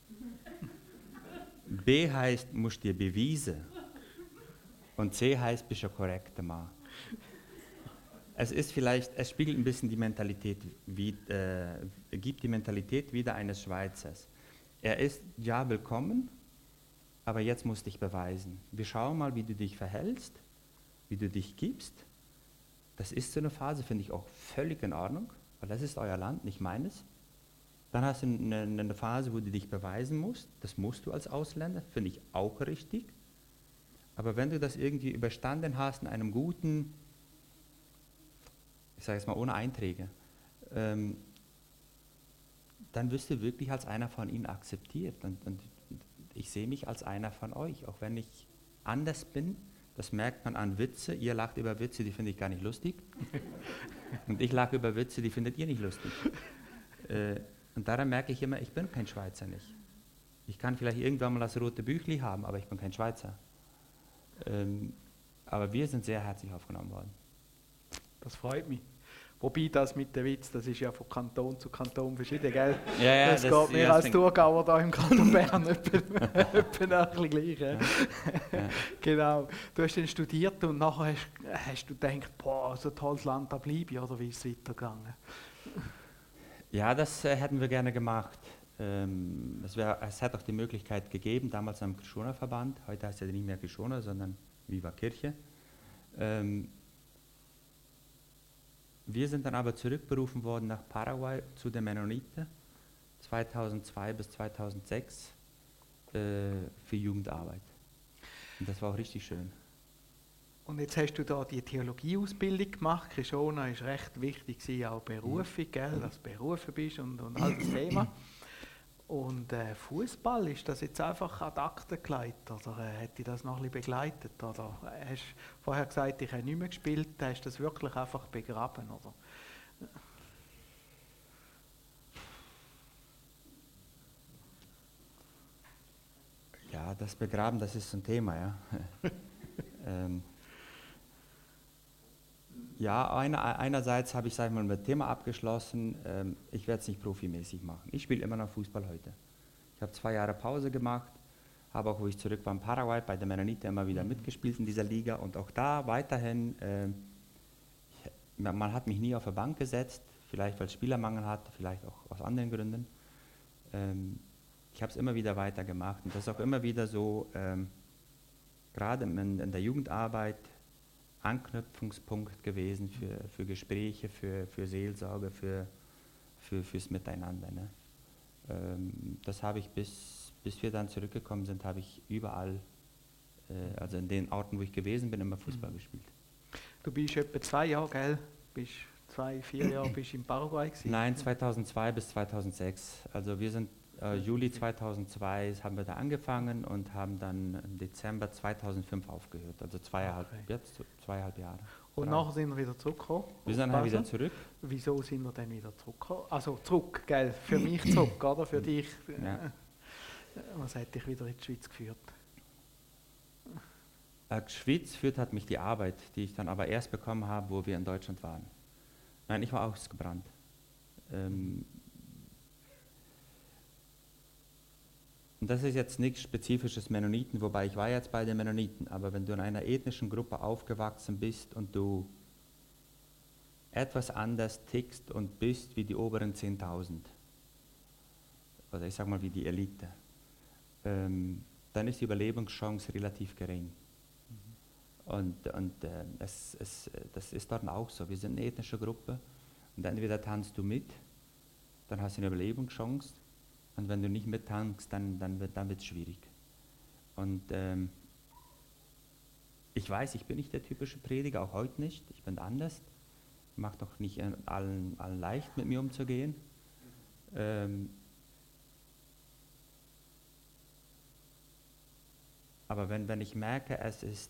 B heißt, musst dir beweisen. Und C heißt, bist du korrekt, Mann. Es ist vielleicht, es spiegelt ein bisschen die Mentalität, wie, äh, gibt die Mentalität wieder eines Schweizers. Er ist ja willkommen, aber jetzt musst du dich beweisen. Wir schauen mal, wie du dich verhältst, wie du dich gibst. Das ist so eine Phase, finde ich auch völlig in Ordnung, weil das ist euer Land, nicht meines. Dann hast du eine, eine Phase, wo du dich beweisen musst. Das musst du als Ausländer, finde ich auch richtig. Aber wenn du das irgendwie überstanden hast in einem guten, ich sage jetzt mal ohne Einträge, ähm, dann wirst du wirklich als einer von ihnen akzeptiert. Und, und ich sehe mich als einer von euch, auch wenn ich anders bin. Das merkt man an Witze. Ihr lacht über Witze, die finde ich gar nicht lustig. Und ich lache über Witze, die findet ihr nicht lustig. Äh, und daran merke ich immer, ich bin kein Schweizer nicht. Ich kann vielleicht irgendwann mal das rote Büchli haben, aber ich bin kein Schweizer. Ähm, aber wir sind sehr herzlich aufgenommen worden. Das freut mich. Wobei das mit dem Witz, das ist ja von Kanton zu Kanton verschieden, gell? Ja, ja, das, das- geht mir ja, als das- Thurgauer da im Kanton Bern etwa etwa ein bisschen gleich. Ja. Ja. Genau. Du hast dann studiert und nachher hast, hast du gedacht, boah, so ein tolles Land, da bleibe ich, oder wie ist es weitergegangen? Ja, das äh, hätten wir gerne gemacht. Ähm, es, wär, es hat auch die Möglichkeit gegeben, damals am Krishona-Verband, heute heißt er nicht mehr Krishona, sondern Viva Kirche. Ähm, wir sind dann aber zurückberufen worden nach Paraguay zu den Mennoniten, zweitausendzwei bis zweitausendsechs, äh, für Jugendarbeit. Und das war auch richtig schön. Und jetzt hast du da die Theologieausbildung gemacht. Krishona ist recht wichtig, gewesen, auch Berufung, gell, dass du berufen bist und, und all das Thema. Und äh, Fußball, ist das jetzt einfach an die Akte gelegt oder äh, hat dich das noch ein bisschen begleitet? Oder äh, hast du vorher gesagt, ich habe nicht mehr gespielt, hast du das wirklich einfach begraben? Oder? Ja, das Begraben, das ist so ein Thema, ja. ähm, ja, einer, einerseits habe ich, sag ich mal, mit dem Thema abgeschlossen, ähm, ich werde es nicht profimäßig machen. Ich spiele immer noch Fußball heute. Ich habe zwei Jahre Pause gemacht, habe auch, wo ich zurück war in Paraguay, bei der Mennoniten immer wieder mitgespielt in dieser Liga und auch da weiterhin, ähm, ich, man man hat mich nie auf der Bank gesetzt, vielleicht weil es Spielermangel hatte, vielleicht auch aus anderen Gründen. Ähm, ich habe es immer wieder weitergemacht und das ist auch immer wieder so, ähm, gerade in, in der Jugendarbeit, Anknüpfungspunkt gewesen für, für Gespräche, für, für Seelsorge, für, für, fürs Miteinander. Ne? Ähm, das habe ich, bis, bis wir dann zurückgekommen sind, habe ich überall, äh, also in den Orten, wo ich gewesen bin, immer Fußball Mhm. gespielt. Du bist etwa zwei Jahre, gell? Bist zwei, vier Jahre bist in Paraguay gewesen? Nein, zweitausendzwei bis zweitausendsechs. Also wir sind äh, Juli zweitausendzwei haben wir da angefangen und haben dann im Dezember zweitausendfünf aufgehört. Also zweieinhalb, Okay. jetzt zweieinhalb Jahre. Und drei. nachher sind wir wieder zurückgekommen? Wir auf sind dann wieder Basel? zurück. Wieso sind wir dann wieder zurückgekommen? Also zurück, gell? Für mich zurück, oder? Für dich. Ja. Äh, was hat dich wieder in die Schweiz geführt? Äh, Schweiz führt hat mich die Arbeit, die ich dann aber erst bekommen habe, wo wir in Deutschland waren. Nein, ich war ausgebrannt. Ähm, und das ist jetzt nichts Spezifisches Mennoniten, wobei ich war jetzt bei den Mennoniten, aber wenn du in einer ethnischen Gruppe aufgewachsen bist und du etwas anders tickst und bist wie die oberen zehntausend, oder ich sag mal wie die Elite, ähm, dann ist die Überlebenschance relativ gering. Und, und äh, es, es, das ist dort auch so. Wir sind eine ethnische Gruppe und entweder tanzt du mit, dann hast du eine Überlebenschance und wenn du nicht mittanzt, dann, dann wird dann wird's schwierig. Und ähm, ich weiß, ich bin nicht der typische Prediger, auch heute nicht. Ich bin anders. Macht doch nicht allen, allen leicht, mit mir umzugehen. Ähm, aber wenn, wenn ich merke, es ist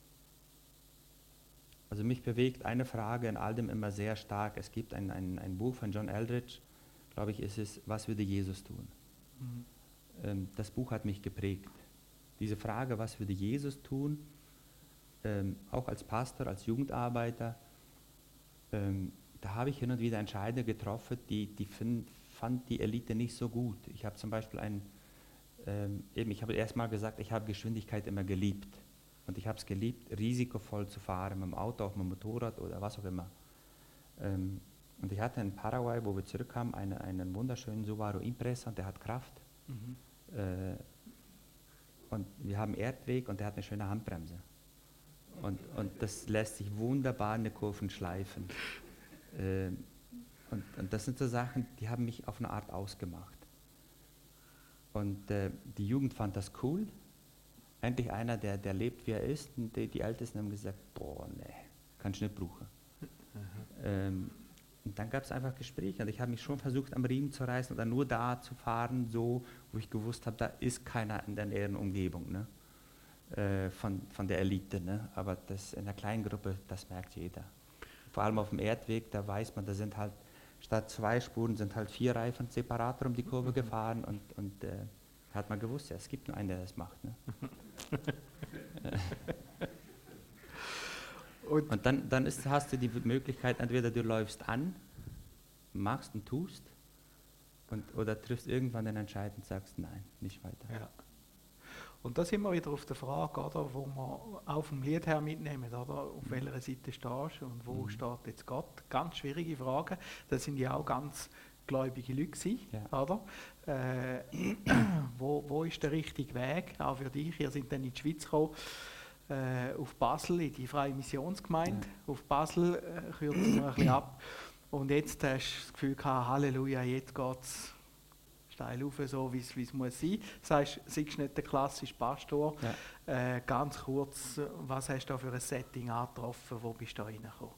Also mich bewegt eine Frage in all dem immer sehr stark. Es gibt ein, ein, ein Buch von John Eldridge, glaube ich, ist es, was würde Jesus tun? Mhm. Ähm, das Buch hat mich geprägt. Diese Frage, was würde Jesus tun, ähm, auch als Pastor, als Jugendarbeiter, ähm, da habe ich hin und wieder Entscheidungen getroffen, die, die find, fand die Elite nicht so gut. Ich habe zum Beispiel ein, ähm, eben, ich habe erst mal gesagt, ich habe Geschwindigkeit immer geliebt. Und ich habe es geliebt, risikovoll zu fahren, mit dem Auto, auf dem Motorrad oder was auch immer. Ähm, und ich hatte in Paraguay, wo wir zurückkamen, eine, einen wunderschönen Subaru Impreza, der hat Kraft. Mhm. Äh, und wir haben Erdweg und der hat eine schöne Handbremse. Und, und das lässt sich wunderbar in den Kurven schleifen. Äh, und, und das sind so Sachen, die haben mich auf eine Art ausgemacht. Und äh, die Jugend fand das cool. Endlich einer, der, der lebt, wie er ist. Und die, die Ältesten haben gesagt, boah, nee, kannst du nicht brauchen. Ähm, und dann gab es einfach Gespräche. Und ich habe mich schon versucht, am Riemen zu reißen und dann nur da zu fahren, so, wo ich gewusst habe, da ist keiner in der näheren Umgebung, ne? äh, von, von der Elite. Ne? Aber das in der kleinen Gruppe, das merkt jeder. Vor allem auf dem Erdweg, da weiß man, da sind halt, statt zwei Spuren sind halt vier Reifen separat um die Kurve gefahren und, und äh, hat man gewusst, ja, es gibt nur einen, der das macht. Ne? Und, Und dann, dann ist, hast du die Möglichkeit, entweder du läufst an, machst und tust, und, oder triffst irgendwann den Entscheid und sagst, nein, nicht weiter. ja. Und da sind wir wieder auf der Frage, oder, wo wir auch vom Lied her mitnehmen, oder, auf Mhm. welcher Seite stehst du und wo Mhm. steht jetzt Gott? Ganz schwierige Fragen. Das sind ja auch ganz gläubige Leute gewesen, Ja. oder? Äh, wo, wo ist der richtige Weg, auch für dich? Ihr seid dann in die Schweiz gekommen, äh, auf Basel, in die Freie Missionsgemeinde. Ja. Auf Basel äh, kürzen wir ein bisschen ab. Und jetzt hast du das Gefühl gehabt, Halleluja, jetzt geht es steil rauf, so wie es muss sein. Das heißt, seist nicht der klassische Pastor. Ja. Äh, ganz kurz, was hast du da für ein Setting angetroffen? Wo bist du da reingekommen?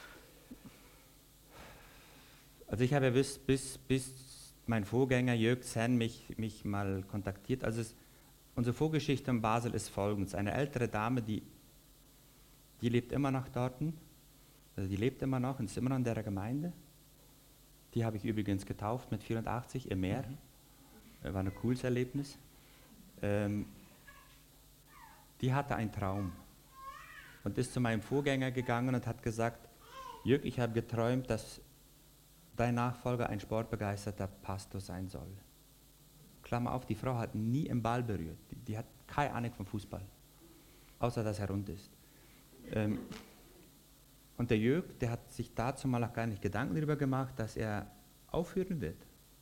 Also ich habe bis, bis, bis mein Vorgänger Jörg Senn mich, mich mal kontaktiert. Also es, unsere Vorgeschichte in Basel ist folgendes. Eine ältere Dame, die, die lebt immer noch dort, also die lebt immer noch und ist immer noch in der Gemeinde. Die habe ich übrigens getauft mit vierundachtzig im Meer. Mhm. War ein cooles Erlebnis. Ähm, die hatte einen Traum und ist zu meinem Vorgänger gegangen und hat gesagt, Jörg, ich habe geträumt, dass dein Nachfolger ein sportbegeisterter Pastor sein soll. Klammer auf, die Frau hat nie einen Ball berührt. Die, die hat keine Ahnung vom Fußball, außer dass er rund ist. Ähm, und der Jörg, der hat sich dazu mal auch gar nicht Gedanken darüber gemacht, dass er aufhören wird.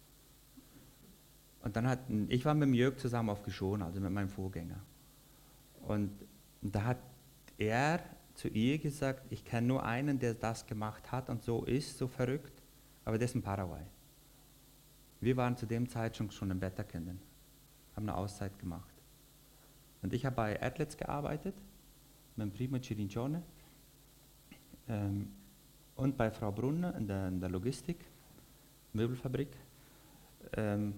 Und dann hat, ich war mit dem Jörg zusammen auf Geschon, also mit meinem Vorgänger. Und, und da hat er zu ihr gesagt, ich kenne nur einen, der das gemacht hat und so ist, so verrückt, aber der ist in Paraguay. Wir waren zu dem Zeitpunkt schon im Wetterkindern, haben eine Auszeit gemacht. Und ich habe bei Athletes gearbeitet, mit dem Primo Cirincione ähm, und bei Frau Brunner in der, in der Logistik, Möbelfabrik. Ähm,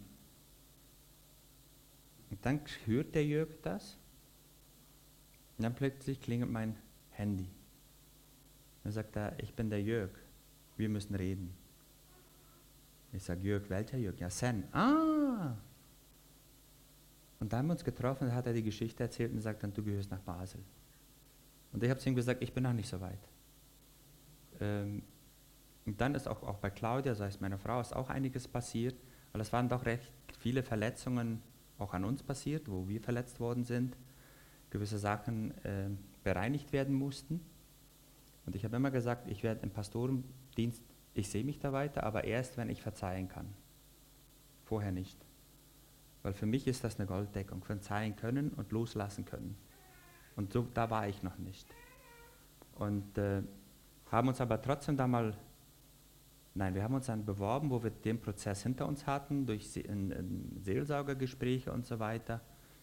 und dann hört der Jörg das und dann plötzlich klingelt mein Handy. Dann sagt er, ich bin der Jörg, wir müssen reden. Ich sage, Jörg, welcher Jörg? Ja, Sen. Ah! Und da haben wir uns getroffen, da hat er die Geschichte erzählt und sagt dann, du gehörst nach Basel. Und ich habe zu ihm gesagt, ich bin noch nicht so weit. Ähm, und dann ist auch, auch bei Claudia, das heißt meiner Frau, ist auch einiges passiert, weil es waren doch recht viele Verletzungen auch an uns passiert, wo wir verletzt worden sind, gewisse Sachen äh, bereinigt werden mussten. Und ich habe immer gesagt, ich werde im Pastorendienst, ich sehe mich da weiter, aber erst, wenn ich verzeihen kann. Vorher nicht. Weil für mich ist das eine Golddeckung, verzeihen können und loslassen können. Und so, da war ich noch nicht. Und äh, haben uns aber trotzdem da mal, nein, wir haben uns dann beworben, wo wir den Prozess hinter uns hatten, durch Se in, in Seelsorgergespräche und so weiter.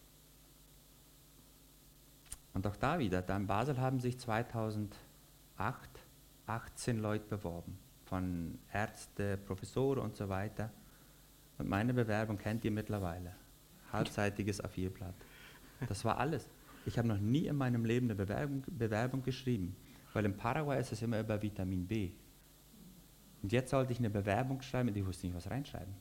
Und auch da wieder, da in Basel haben sich zweitausendacht achtzehn Leute beworben, von Ärzte, Professoren und so weiter. Und meine Bewerbung kennt ihr mittlerweile. Halbseitiges A vier Blatt. Das war alles. Ich habe noch nie in meinem Leben eine Bewerbung, Bewerbung geschrieben, weil in Paraguay ist es immer über Vitamin B. Und jetzt sollte ich eine Bewerbung schreiben und ich wusste nicht, was reinschreiben.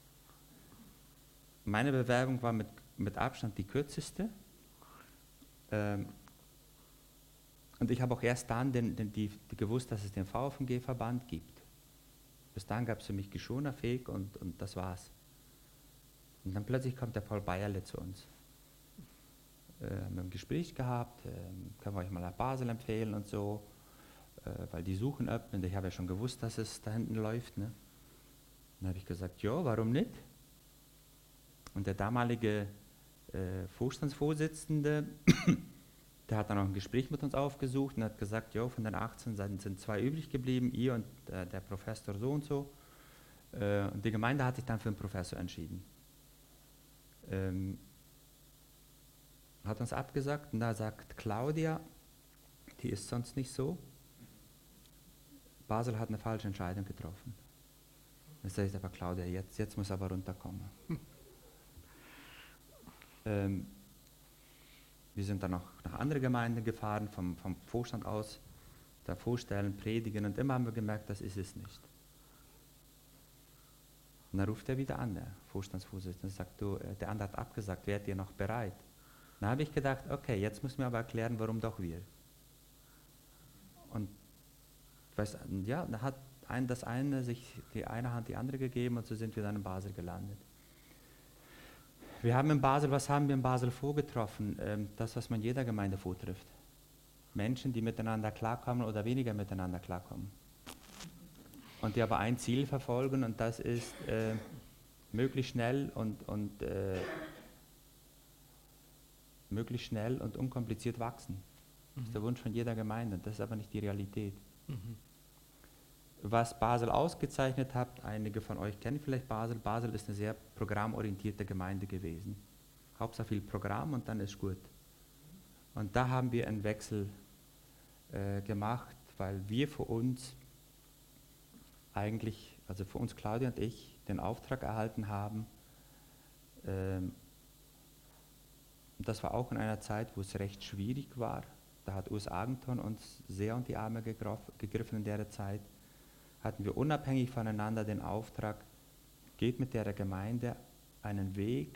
Meine Bewerbung war mit, mit Abstand die kürzeste. Ähm, und ich habe auch erst dann den, den, die, die gewusst, dass es den V F M G-Verband gibt. Bis dahin gab es für mich Geschonerfähig und, und das war's. Und dann plötzlich kommt der Paul Bayerle zu uns. Äh, wir haben ein Gespräch gehabt, äh, können wir euch mal nach Basel empfehlen und so, äh, weil die suchen ab und ich habe ja schon gewusst, dass es da hinten läuft. Ne? Dann habe ich gesagt, ja, warum nicht? Und der damalige äh, Vorstandsvorsitzende, der hat dann auch ein Gespräch mit uns aufgesucht und hat gesagt, ja, von den achtzehn sind, sind zwei übrig geblieben, ihr und äh, der Professor so und so. Äh, und die Gemeinde hat sich dann für einen Professor entschieden. Ähm, hat uns abgesagt und da sagt Claudia, die ist sonst nicht so, Basel hat eine falsche Entscheidung getroffen. Dann sage ich aber, Claudia, jetzt, jetzt muss aber runterkommen. Hm. Ähm, wir sind dann noch nach andere Gemeinden gefahren, vom, vom Vorstand aus, da vorstellen, predigen und immer haben wir gemerkt, das ist es nicht. Und dann ruft er wieder an, der Vorstandsvorsitzende, und sagt, du, der andere hat abgesagt, wärt ihr noch bereit? Dann habe ich gedacht, okay, jetzt müssen wir aber erklären, warum doch wir. weiß, ja, da hat ein, das eine sich die eine Hand die andere gegeben und so sind wir dann in Basel gelandet. Wir haben in Basel, was haben wir in Basel vorgetroffen? Ähm, das, was man in jeder Gemeinde vortrifft. Menschen, die miteinander klarkommen oder weniger miteinander klarkommen. Und die aber ein Ziel verfolgen und das ist äh, möglichst schnell und, und äh, möglichst schnell und unkompliziert wachsen. Mhm. Das ist der Wunsch von jeder Gemeinde, das ist aber nicht die Realität. Mhm. Was Basel ausgezeichnet hat, einige von euch kennen vielleicht Basel, Basel ist eine sehr programmorientierte Gemeinde gewesen. Hauptsache viel Programm und dann ist gut. Und da haben wir einen Wechsel äh, gemacht, weil wir für uns eigentlich, also für uns Claudia und ich, den Auftrag erhalten haben, ähm, das war auch in einer Zeit, wo es recht schwierig war. Da hat Urs Agenton uns sehr unter die Arme gegriffen in der Zeit. Hatten wir unabhängig voneinander den Auftrag, geht mit der Gemeinde einen Weg,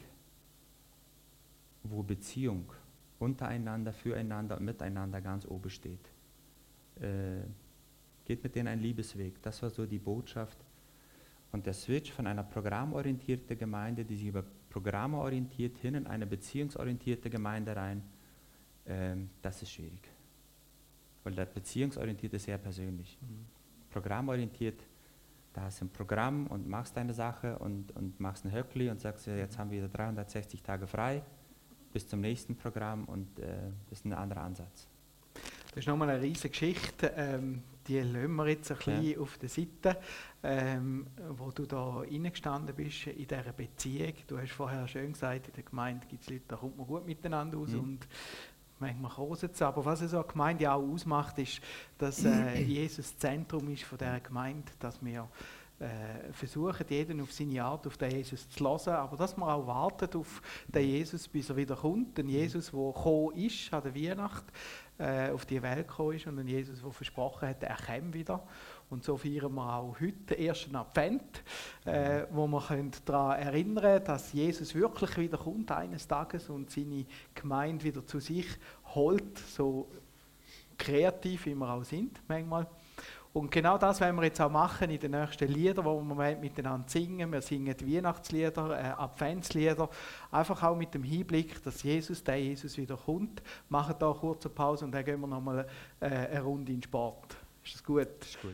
wo Beziehung untereinander, füreinander und miteinander ganz oben steht. Äh, geht mit denen einen Liebesweg. Das war so die Botschaft. Und der Switch von einer programmorientierten Gemeinde, die sich über Programme orientiert, hin in eine beziehungsorientierte Gemeinde rein, ähm, das ist schwierig. Weil der beziehungsorientierte ist sehr persönlich. Mhm. Programmorientiert, da hast du ein Programm und machst deine Sache und, und machst ein Höckli und sagst, ja, jetzt haben wir wieder dreihundertsechzig Tage frei, bis zum nächsten Programm und äh, das ist ein anderer Ansatz. Das ist nochmal eine riesige Geschichte, ähm, die lassen wir jetzt ein bisschen ja. auf der Seite, ähm, wo du da reingestanden bist in dieser Beziehung. Du hast vorher schön gesagt, in der Gemeinde gibt es Leute, da kommt man gut miteinander aus mhm. und manchmal koset es. Aber was so eine Gemeinde auch ausmacht, ist, dass äh, Jesus das Zentrum ist von dieser Gemeinde, dass wir äh, versuchen, jeden auf seine Art auf den Jesus zu hören, aber dass man auch wartet auf den Jesus, bis er wieder kommt. Den Jesus, der gekommen ist an der Weihnacht, äh, auf die Welt gekommen ist und den Jesus, der versprochen hat, er käme wieder. Und so feiern wir auch heute den ersten Advent, äh, wo wir daran erinnern können, dass Jesus wirklich wieder kommt eines Tages und seine Gemeinde wieder zu sich holt, so kreativ wie wir auch sind manchmal. Und genau das werden wir jetzt auch machen in den nächsten Liedern, wo wir miteinander singen. Wir singen Weihnachtslieder, äh, Adventslieder, einfach auch mit dem Hinblick, dass Jesus, der Jesus wieder kommt. Wir machen da eine kurze Pause und dann gehen wir nochmal äh, eine Runde in den Sport. Ist das gut? Das ist gut.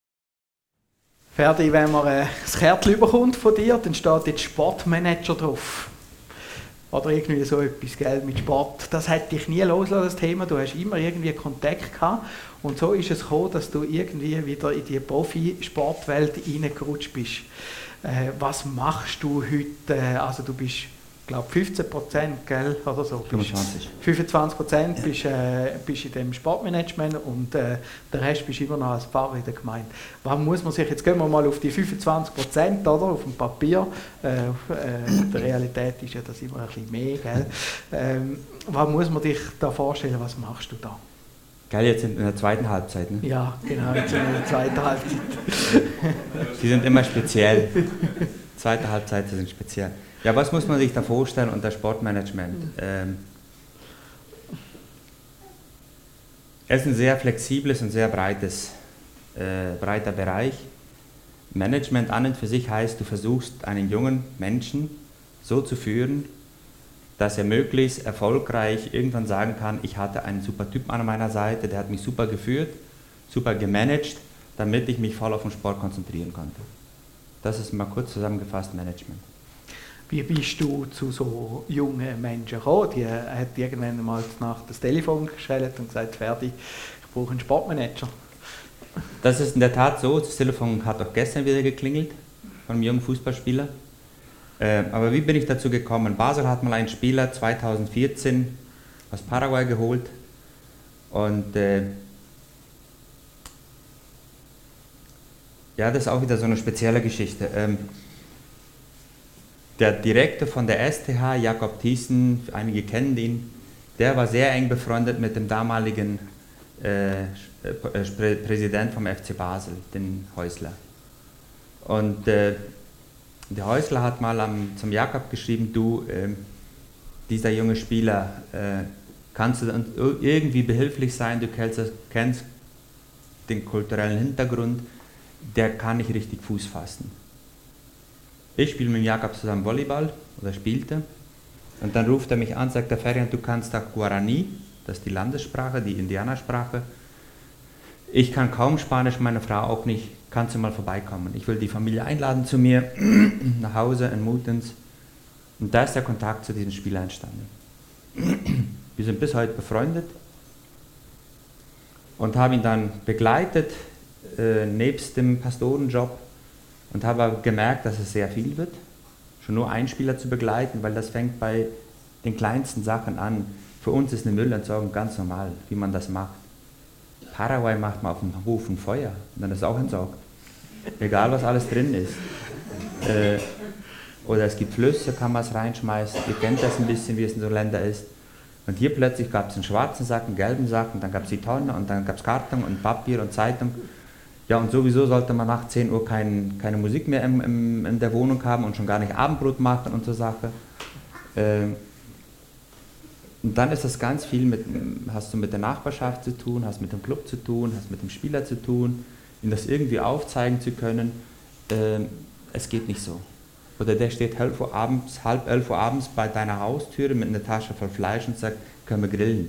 Ferdi, wenn man äh, das Kärtchen bekommt von dir, dann steht jetzt Sportmanager drauf. Oder irgendwie so etwas, gell, mit Sport. Das hätte dich nie losgelassen, das Thema. Du hast immer irgendwie Kontakt gehabt. Und so ist es gekommen, dass du irgendwie wieder in die Profisportwelt reingerutscht bist. Äh, was machst du heute? Also du bist, glaube fünfzehn Prozent, gell, oder so. fünfundzwanzig. fünfundzwanzig Prozent ja. bist, äh, bist in dem Sportmanagement und äh, der Rest bist immer noch als Pfarrer in der Gemeinde. Was muss man sich, jetzt gehen wir mal auf die fünfundzwanzig Prozent, oder, auf dem Papier. Äh, äh, in der Realität ist ja das immer ein bisschen mehr, gell. Ähm, was muss man sich da vorstellen, was machst du da? Geil, jetzt in der zweiten Halbzeit, ne? Ja, genau, jetzt in der zweiten Halbzeit. Die sind immer speziell. Zweite Halbzeit sind speziell. Ja, was muss man sich da vorstellen unter Sportmanagement? Ähm, es ist ein sehr flexibles und sehr breites, äh, breiter Bereich. Management an und für sich heißt, du versuchst einen jungen Menschen so zu führen, dass er möglichst erfolgreich irgendwann sagen kann, ich hatte einen super Typen an meiner Seite, der hat mich super geführt, super gemanagt, damit ich mich voll auf den Sport konzentrieren konnte. Das ist mal kurz zusammengefasst Management. Wie bist du zu so jungen Menschen gekommen? Die hat irgendwann mal nach das Telefon gestellt und gesagt, Ferdi, ich brauche einen Sportmanager. Das ist in der Tat so, das Telefon hat auch gestern wieder geklingelt von einem jungen Fußballspieler. Äh, aber wie bin ich dazu gekommen? Basel hat mal einen Spieler zweitausendvierzehn aus Paraguay geholt und äh, ja, das ist auch wieder so eine spezielle Geschichte. Ähm, der Direktor von der S T H, Jakob Thiessen, einige kennen ihn, der war sehr eng befreundet mit dem damaligen äh, Prä Präsident vom F C Basel, den Häusler. Und äh, der Häusler hat mal am, zum Jakob geschrieben, du, äh, dieser junge Spieler, äh, kannst du uns irgendwie behilflich sein, du kennst, kennst den kulturellen Hintergrund, der kann nicht richtig Fuß fassen. Ich spiele mit Jakob zusammen Volleyball oder spielte und dann ruft er mich an, sagt der Ferian, du kannst auch Guarani, das ist die Landessprache, die Indianersprache. Ich kann kaum Spanisch, meine Frau auch nicht, kannst du mal vorbeikommen. Ich will die Familie einladen zu mir nach Hause in Mutens und da ist der Kontakt zu diesem Spieler entstanden. Wir sind bis heute befreundet und habe ihn dann begleitet, äh, nebst dem Pastorenjob und habe gemerkt, dass es sehr viel wird, schon nur einen Spieler zu begleiten, weil das fängt bei den kleinsten Sachen an. Für uns ist eine Müllentsorgung ganz normal, wie man das macht. Paraguay macht man auf dem Hof ein Feuer und dann ist es auch entsorgt. Egal, was alles drin ist. Äh, oder es gibt Flüsse, kann man es reinschmeißen. Ihr kennt das ein bisschen, wie es in so Ländern ist. Und hier plötzlich gab es einen schwarzen Sack, einen gelben Sack und dann gab es die Tonne und dann gab es Karton und Papier und Zeitung. Ja, und sowieso sollte man nach zehn Uhr kein, keine Musik mehr im, im, in der Wohnung haben und schon gar nicht Abendbrot machen und so Sachen. Ähm, und dann ist das ganz viel mit, hast du mit der Nachbarschaft zu tun, hast mit dem Club zu tun, hast mit dem Spieler zu tun, ihm das irgendwie aufzeigen zu können. Ähm, es geht nicht so. Oder der steht halb, Uhr abends, halb elf Uhr abends bei deiner Haustüre mit einer Tasche voll Fleisch und sagt, können wir grillen?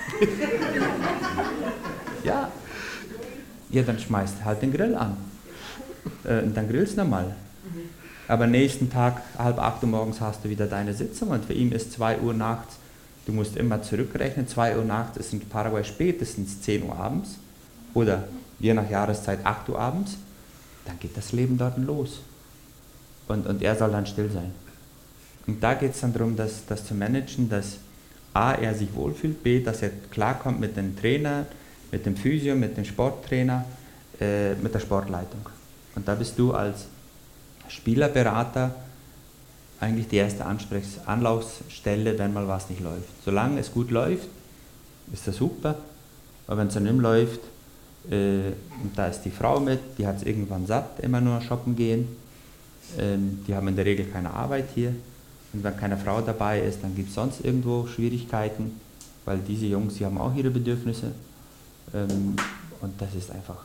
Ja. Ja, dann schmeißt halt den Grill an. Äh, und dann grillst du nochmal. Aber nächsten Tag, halb acht Uhr morgens, hast du wieder deine Sitzung und für ihn ist zwei Uhr nachts, du musst immer zurückrechnen, zwei Uhr nachts ist in Paraguay spätestens zehn Uhr abends oder je nach Jahreszeit acht Uhr abends, dann geht das Leben dort los. Und, und er soll dann still sein. Und da geht es dann darum, das, das zu managen, dass A, er sich wohlfühlt, B, dass er klarkommt mit dem Trainer, mit dem Physio, mit dem Sporttrainer, äh, mit der Sportleitung. Und da bist du als Spielerberater eigentlich die erste Ansprechs- Anlaufstelle, wenn mal was nicht läuft. Solange es gut läuft, ist das super, aber wenn es dann nicht läuft, äh, und da ist die Frau mit, die hat es irgendwann satt, immer nur shoppen gehen, ähm, die haben in der Regel keine Arbeit hier und wenn keine Frau dabei ist, dann gibt es sonst irgendwo Schwierigkeiten, weil diese Jungs, die haben auch ihre Bedürfnisse. Ähm, und das ist einfach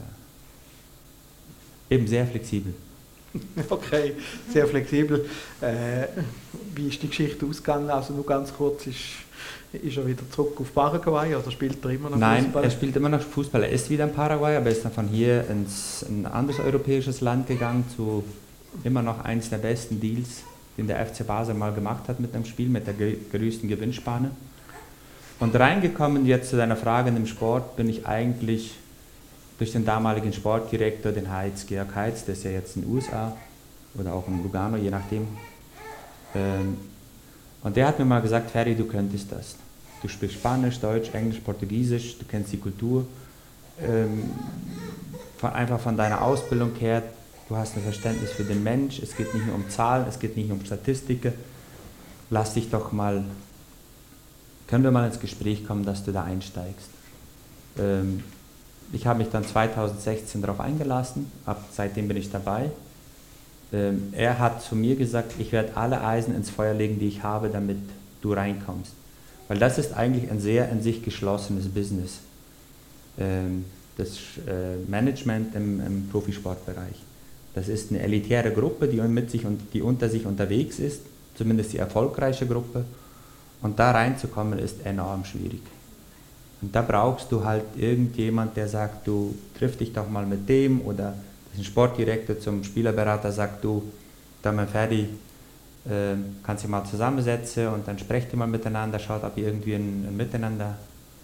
äh, eben sehr flexibel. Okay, sehr flexibel. Äh, wie ist die Geschichte ausgegangen? Also nur ganz kurz, ist, ist er wieder zurück auf Paraguay oder spielt er immer noch Nein, Fußball? er spielt immer noch Fußball. Er ist wieder in Paraguay, aber er ist dann von hier ins ein anderes europäisches Land gegangen, zu immer noch eines der besten Deals, den der F C Basel mal gemacht hat mit dem Spiel, mit der größten Gewinnspanne. Und reingekommen jetzt zu deiner Frage in dem Sport bin ich eigentlich durch den damaligen Sportdirektor, den Heitz, Georg Heitz, der ist ja jetzt in den U S A oder auch in Lugano, je nachdem. Ähm, und der hat mir mal gesagt, Ferry, du könntest das. Du sprichst Spanisch, Deutsch, Englisch, Portugiesisch, du kennst die Kultur. Ähm, von, einfach von deiner Ausbildung her, du hast ein Verständnis für den Mensch, es geht nicht nur um Zahlen, es geht nicht nur um Statistiken. Lass dich doch mal, können wir mal ins Gespräch kommen, dass du da einsteigst. Ähm, Ich habe mich dann zweitausendsechzehn darauf eingelassen, ab seitdem bin ich dabei. Ähm, er hat zu mir gesagt, ich werde alle Eisen ins Feuer legen, die ich habe, damit du reinkommst. Weil das ist eigentlich ein sehr in sich geschlossenes Business, ähm, das äh, Management im, im Profisportbereich. Das ist eine elitäre Gruppe, die, mit sich und, die unter sich unterwegs ist, zumindest die erfolgreiche Gruppe. Und da reinzukommen ist enorm schwierig. Und da brauchst du halt irgendjemand, der sagt, du triff dich doch mal mit dem oder ein Sportdirektor zum Spielerberater sagt, du, dann mal fertig, äh, kannst dich mal zusammensetzen und dann sprecht ihr mal miteinander, schaut, ob ihr irgendwie ein, ein Miteinander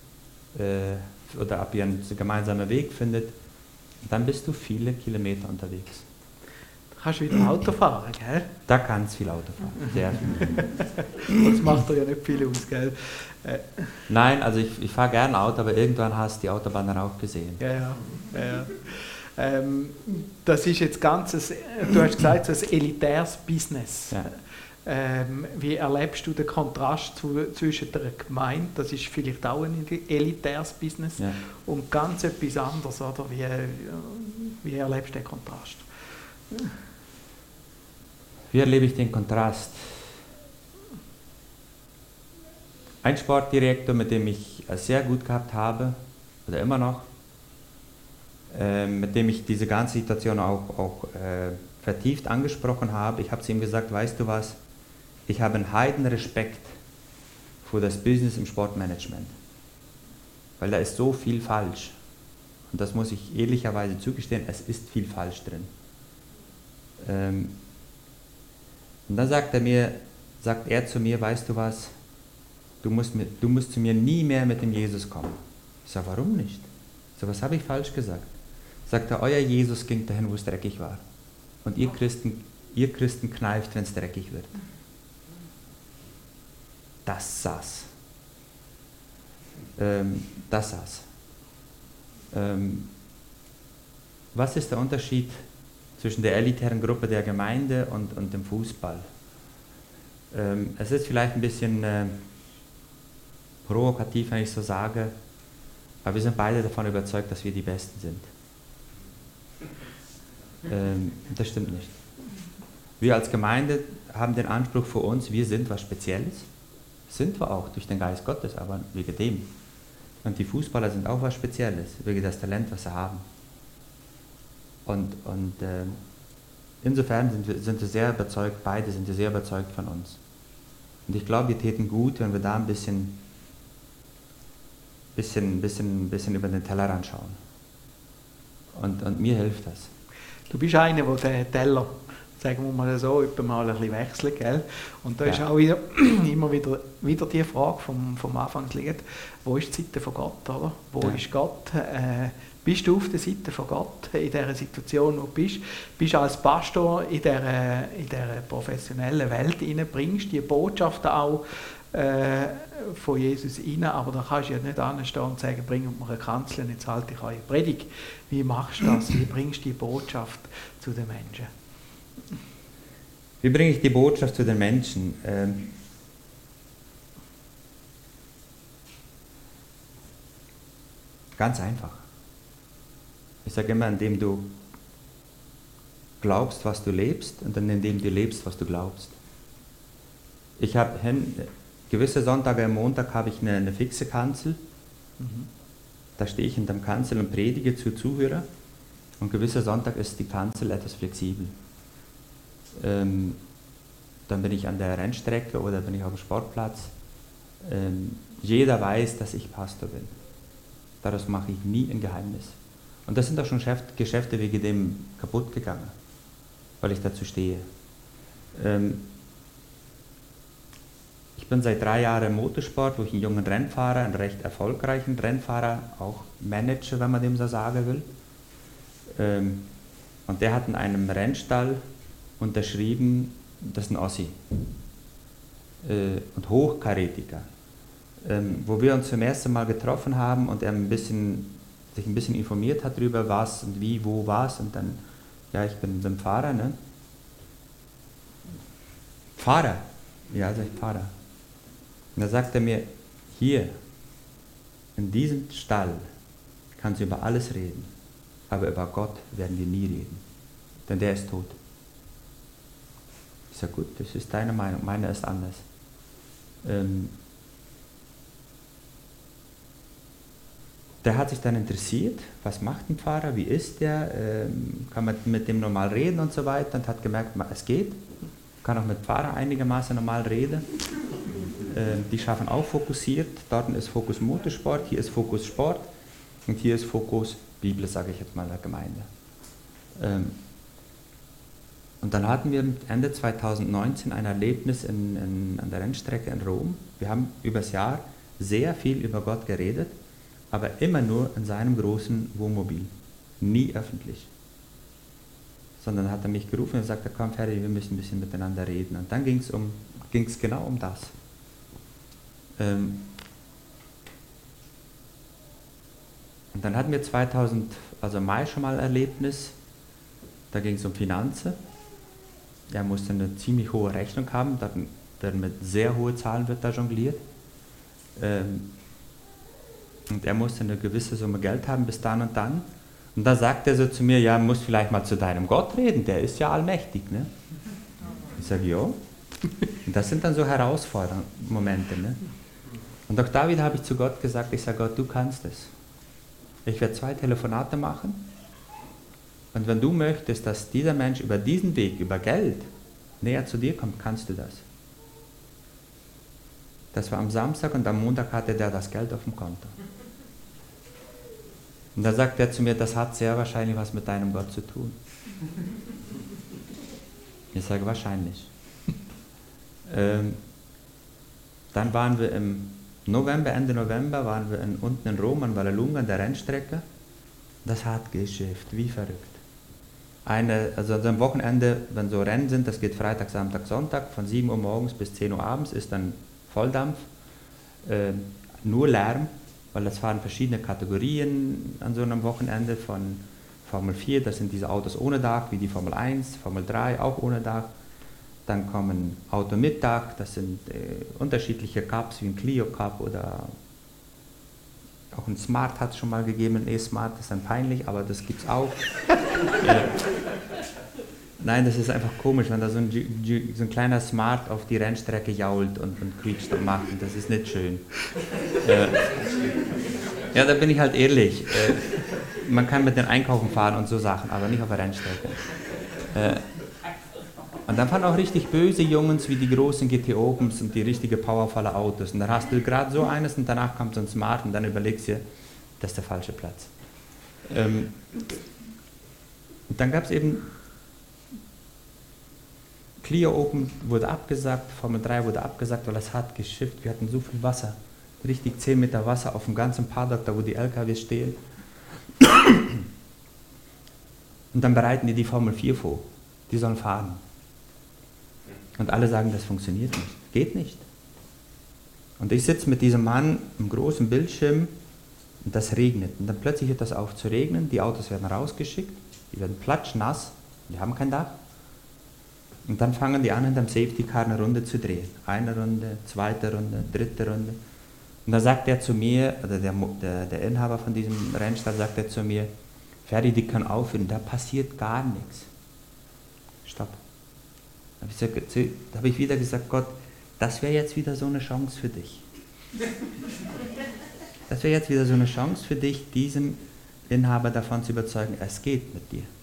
äh, oder ob ihr einen gemeinsamen Weg findet. Und dann bist du viele Kilometer unterwegs. Da kannst du wieder Auto fahren, gell? Da kannst du viel Auto fahren, sehr viel. Das macht dir ja nicht viel aus, gell? Äh. Nein, also ich, ich fahre gerne Auto, aber irgendwann hast du die Autobahn dann auch gesehen. Ja, ja. ja. Ähm, das ist jetzt ganz, ein, du hast gesagt, so ein elitäres Business. Ja. Ähm, wie erlebst du den Kontrast zu, zwischen der Gemeinde, das ist vielleicht auch ein elitäres Business, Ja. und ganz etwas anderes, oder? Wie, wie erlebst du den Kontrast? Wie erlebe ich den Kontrast? Ein Sportdirektor, mit dem ich es sehr gut gehabt habe, oder immer noch, äh, mit dem ich diese ganze Situation auch, auch äh, vertieft angesprochen habe. Ich habe zu ihm gesagt, weißt du was, ich habe einen Heidenrespekt für das Business im Sportmanagement, weil da ist so viel falsch. Und das muss ich ehrlicherweise zugestehen, es ist viel falsch drin. Ähm, und dann sagt er mir, sagt er zu mir, weißt du was, du musst, mit, du musst zu mir nie mehr mit dem Jesus kommen. Ich sage, warum nicht? Ich sage, was habe ich falsch gesagt? Sagt er, euer Jesus ging dahin, wo es dreckig war. Und ihr Christen, ihr Christen kneift, wenn es dreckig wird. Das saß. Ähm, das saß. Ähm, was ist der Unterschied zwischen der elitären Gruppe der Gemeinde und, und dem Fußball? Ähm, es ist vielleicht ein bisschen äh, provokativ, wenn ich so sage, aber wir sind beide davon überzeugt, dass wir die Besten sind. Ähm, das stimmt nicht. Wir als Gemeinde haben den Anspruch für uns, wir sind was Spezielles. Sind wir auch durch den Geist Gottes, aber wegen dem. Und die Fußballer sind auch was Spezielles, wegen das Talent, was sie haben. Und, und äh, insofern sind wir, sind wir sehr überzeugt, beide sind wir sehr überzeugt von uns. Und ich glaube, wir täten gut, wenn wir da ein bisschen, bisschen, bisschen, bisschen über den Tellerrand schauen. Und, und mir hilft das. Du bist einer, der den Teller, sagen wir mal so, etwa mal ein bisschen wechselt, gell? Und da ja. ist auch wieder, immer wieder, wieder die Frage vom, vom Anfangslied, wo ist die Seite von Gott, oder? Wo ja. ist Gott? Äh, bist du auf der Seite von Gott in dieser Situation, wo du bist? Bist du als Pastor in dieser, in dieser professionellen Welt hinein, bringst die Botschaft auch äh, von Jesus rein, aber da kannst du ja nicht anstehen und sagen, bring mir eine Kanzel, jetzt halte ich eure Predigt. Wie machst du das? Wie bringst du die Botschaft zu den Menschen? Wie bringe ich die Botschaft zu den Menschen? Ähm ganz einfach. Ich sage immer, indem du glaubst, was du lebst, und dann indem du lebst, was du glaubst. Ich habe gewisse Sonntage am Montag habe ich eine, eine fixe Kanzel. Mhm. Da stehe ich in der Kanzel und predige zu Zuhörern. Und gewisser Sonntag ist die Kanzel etwas flexibel. Ähm, dann bin ich an der Rennstrecke oder bin ich auf dem Sportplatz. Ähm, jeder weiß, dass ich Pastor bin. Daraus mache ich nie ein Geheimnis. Und das sind auch schon Geschäfte wegen dem kaputt gegangen, weil ich dazu stehe. Ähm, ich bin seit drei Jahren im Motorsport, wo ich einen jungen Rennfahrer, einen recht erfolgreichen Rennfahrer, auch manage, wenn man dem so sagen will. Ähm, und der hat in einem Rennstall unterschrieben, das ist ein Ossi äh, und Hochkarätiger, ähm, wo wir uns zum ersten Mal getroffen haben und er ein bisschen, sich ein bisschen informiert hat darüber, was und wie, wo, was, und dann, ja, ich bin, bin Fahrer, ne? Fahrer, ja, sag ich Fahrer. Und da sagt er mir, hier, in diesem Stall kannst du über alles reden, aber über Gott werden wir nie reden, denn der ist tot. Ich sage, gut, das ist deine Meinung, meine ist anders. Ähm, der hat sich dann interessiert, was macht ein Pfarrer, wie ist der, ähm, kann man mit dem normal reden und so weiter, und hat gemerkt, es geht, kann auch mit Pfarrer einigermaßen normal reden. Ähm, die schaffen auch fokussiert, dort ist Fokus Motorsport, hier ist Fokus Sport und hier ist Fokus Bibel, sage ich jetzt mal, der Gemeinde. Ähm, Und dann hatten wir Ende zweitausendneunzehn ein Erlebnis in, in, an der Rennstrecke in Rom. Wir haben übers Jahr sehr viel über Gott geredet, aber immer nur in seinem großen Wohnmobil, nie öffentlich. Sondern hat er mich gerufen und sagte, komm Ferdi, wir müssen ein bisschen miteinander reden. Und dann ging es um, ging's genau um das. Ähm und dann hatten wir zweitausend, also im Mai schon mal ein Erlebnis, da ging es um Finanzen. Er musste eine ziemlich hohe Rechnung haben, da werden mit sehr hohen Zahlen wird da jongliert. Ähm, und er musste eine gewisse Summe Geld haben bis dann und dann. Und da sagt er so zu mir, ja, musst vielleicht mal zu deinem Gott reden, der ist ja allmächtig. Ne? Ich sage, ja. Und das sind dann so herausfordernde Momente. Ne? Und auch da wieder habe ich zu Gott gesagt, ich sage, Gott, du kannst es. Ich werde zwei Telefonate machen Und wenn du möchtest, dass dieser Mensch über diesen Weg, über Geld, näher zu dir kommt, kannst du das. Das war am Samstag und am Montag hatte der das Geld auf dem Konto. Und da sagt er zu mir, das hat sehr wahrscheinlich was mit deinem Gott zu tun. Ich sage wahrscheinlich. ähm, dann waren wir im November, Ende November, waren wir in, unten in Rom, an Vallelunga, an der Rennstrecke. Das hat geschifft, wie verrückt. Eine, also am Wochenende, wenn so Rennen sind, das geht Freitag, Samstag, Sonntag, von sieben Uhr morgens bis zehn Uhr abends, ist dann Volldampf, äh, nur Lärm, weil das fahren verschiedene Kategorien an so einem Wochenende, von Formel vier, das sind diese Autos ohne Dach, wie die Formel eins, Formel drei, auch ohne Dach. Dann kommen Auto mit Dach, das sind äh, unterschiedliche Cups, wie ein Clio Cup oder auch ein Smart hat es schon mal gegeben, ein E-Smart, das ist dann peinlich, aber das gibt es auch. äh, nein, das ist einfach komisch, wenn da so ein, G G so ein kleiner Smart auf die Rennstrecke jault und, und quietscht und macht, und das ist nicht schön. äh, ja, da bin ich halt ehrlich. Äh, man kann mit den Einkaufen fahren und so Sachen, aber nicht auf der Rennstrecke. Äh, Und dann fahren auch richtig böse Jungs wie die großen G T Opens und die richtige powervolle Autos. Und dann hast du gerade so eines und danach kommt so ein Smart und dann überlegst du dir, das ist der falsche Platz. Ähm, und dann gab es eben, Clio Open wurde abgesagt, Formel drei wurde abgesagt, weil es hat geschifft. Wir hatten so viel Wasser, richtig zehn Meter Wasser auf dem ganzen Paddock, da wo die L K Ws stehen. Und dann bereiten die die Formel vier vor. Die sollen fahren. Und alle sagen, das funktioniert nicht. Geht nicht. Und ich sitze mit diesem Mann im großen Bildschirm und das regnet. Und dann plötzlich hört das auf zu regnen, die Autos werden rausgeschickt, die werden platschnass, die haben kein Dach. Und dann fangen die an, hinterm Safety Car eine Runde zu drehen. Eine Runde, zweite Runde, dritte Runde. Und dann sagt er zu mir, oder der, der, der Inhaber von diesem Rennstall sagt er zu mir, Ferdi, die können aufhören, da passiert gar nichts. Stopp. Da habe ich, hab ich wieder gesagt, Gott, das wäre jetzt wieder so eine Chance für dich. Das wäre jetzt wieder so eine Chance für dich, diesen Inhaber davon zu überzeugen, es geht mit dir.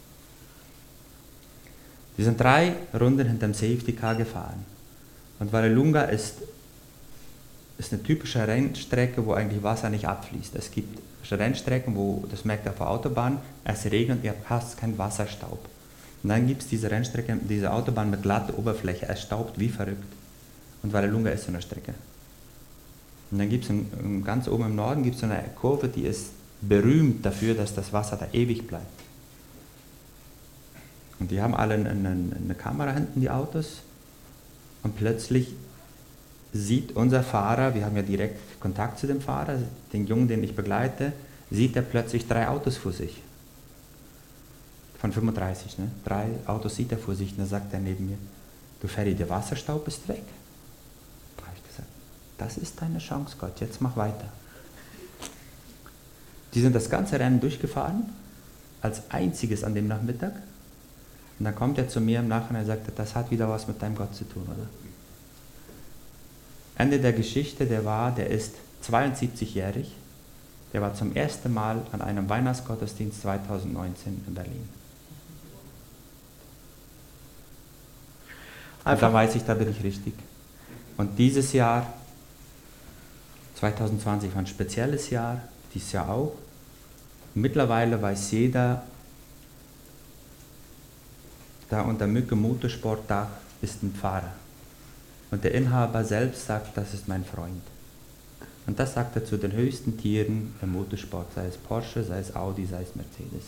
Wir sind drei Runden hinterm Safety Car gefahren. Und Vallelunga ist, ist eine typische Rennstrecke, wo eigentlich Wasser nicht abfließt. Es gibt Rennstrecken, wo, das merkt ihr auf der Autobahn, es regnet, ihr habt fast keinen Wasserstaub. Und dann gibt es diese Rennstrecke, diese Autobahn mit glatter Oberfläche, es staubt wie verrückt. Und Vallelunga ist so eine Strecke. Und dann gibt es ganz oben im Norden gibt's so eine Kurve, die ist berühmt dafür, dass das Wasser da ewig bleibt. Und die haben alle eine, eine, eine Kamera hinten, die Autos. Und plötzlich sieht unser Fahrer, wir haben ja direkt Kontakt zu dem Fahrer, den Jungen, den ich begleite, sieht er plötzlich drei Autos vor sich. Von fünfunddreißig, ne? Drei Autos sieht er vor sich und dann sagt er neben mir, du Ferdi, der Wasserstaub ist weg. Da habe ich gesagt, das ist deine Chance, Gott, jetzt mach weiter. Die sind das ganze Rennen durchgefahren, als einziges an dem Nachmittag. Und dann kommt er zu mir im Nachhinein und sagt, das hat wieder was mit deinem Gott zu tun, oder? Ende der Geschichte, der war, der ist zweiundsiebzigjährig, der war zum ersten Mal an einem Weihnachtsgottesdienst zweitausendneunzehn in Berlin. Und da weiß ich, da bin ich richtig. Und dieses Jahr, zwanzig zwanzig, war ein spezielles Jahr, dieses Jahr auch. Mittlerweile weiß jeder, da unter Mücke Motorsportdach ist ein Fahrer. Und der Inhaber selbst sagt, das ist mein Freund. Und das sagt er zu den höchsten Tieren im Motorsport, sei es Porsche, sei es Audi, sei es Mercedes.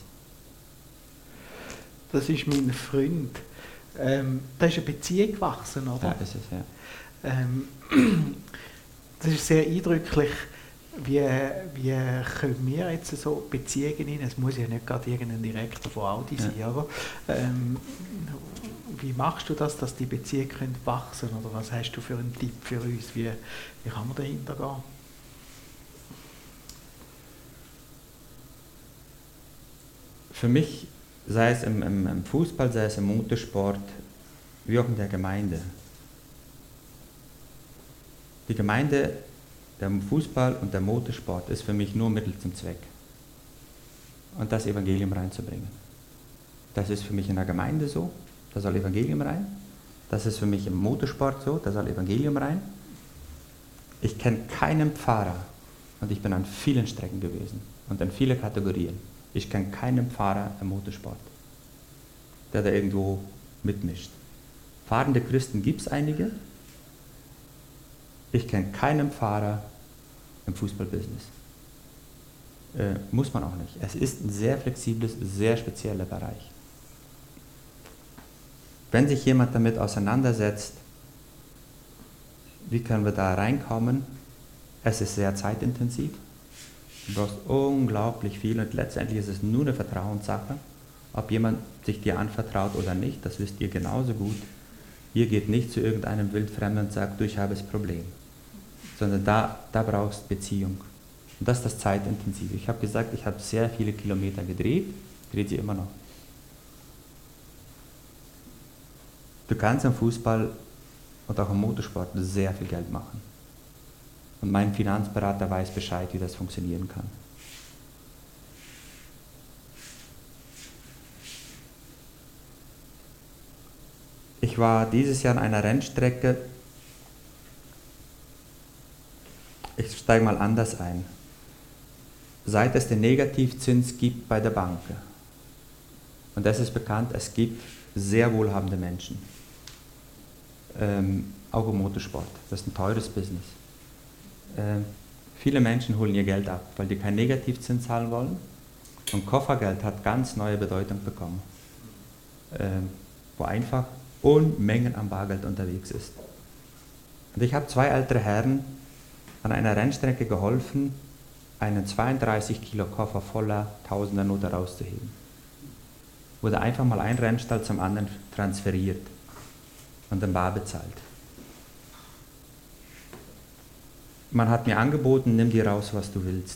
Das ist mein Freund. Ähm, da ist eine Beziehung gewachsen, oder? Ja, ist es, ja. Ähm, das ist sehr eindrücklich. Wie, wie können wir jetzt so Beziehungen hin? Es muss ja nicht gerade irgendein Direktor von Audi sein, ja. Aber ähm, wie machst du das, dass die Beziehungen können wachsen können? Oder was hast du für einen Tipp für uns? Wie, wie kann man dahinter gehen? Für mich, sei es im, im, im Fußball, sei es im Motorsport, wie auch in der Gemeinde. Die Gemeinde, der Fußball und der Motorsport ist für mich nur Mittel zum Zweck. Und das Evangelium reinzubringen. Das ist für mich in der Gemeinde so, da soll Evangelium rein. Das ist für mich im Motorsport so, da soll Evangelium rein. Ich kenne keinen Pfarrer, und ich bin an vielen Strecken gewesen und in vielen Kategorien. Ich kenne keinen Pfarrer im Motorsport, der da irgendwo mitmischt. Fahrende Christen gibt es einige. Ich kenne keinen Pfarrer im Fußballbusiness. Äh, muss man auch nicht. Es ist ein sehr flexibles, sehr spezieller Bereich. Wenn sich jemand damit auseinandersetzt, wie können wir da reinkommen, es ist sehr zeitintensiv. Du brauchst unglaublich viel und letztendlich ist es nur eine Vertrauenssache. Ob jemand sich dir anvertraut oder nicht, das wisst ihr genauso gut. Ihr geht nicht zu irgendeinem Wildfremden und sagt, du, ich habe das Problem. Sondern da, da brauchst du Beziehung. Und das ist das Zeitintensive. Ich habe gesagt, ich habe sehr viele Kilometer gedreht, dreht sie immer noch. Du kannst im Fußball und auch im Motorsport sehr viel Geld machen. Und mein Finanzberater weiß Bescheid, wie das funktionieren kann. Ich war dieses Jahr an einer Rennstrecke. Ich steige mal anders ein. Seit es den Negativzins gibt bei der Bank, und das ist bekannt, es gibt sehr wohlhabende Menschen, ähm, auch im Motorsport. Das ist ein teures Business. Ähm, viele Menschen holen ihr Geld ab, weil die keinen Negativzins zahlen wollen. Und Koffergeld hat ganz neue Bedeutung bekommen, ähm, wo einfach Unmengen an Bargeld unterwegs ist. Und ich habe zwei ältere Herren an einer Rennstrecke geholfen, einen zweiunddreißig Kilo Koffer voller Tausendernote rauszuheben. Wurde einfach mal ein Rennstall zum anderen transferiert und dann bar bezahlt. Man hat mir angeboten, nimm dir raus, was du willst.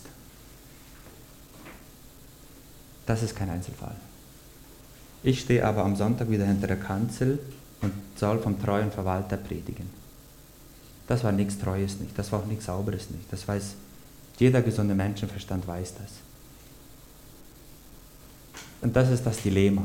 Das ist kein Einzelfall. Ich stehe aber am Sonntag wieder hinter der Kanzel und soll vom treuen Verwalter predigen. Das war nichts Treues nicht, das war auch nichts Sauberes nicht. Das weiß, jeder gesunde Menschenverstand weiß das. Und das ist das Dilemma.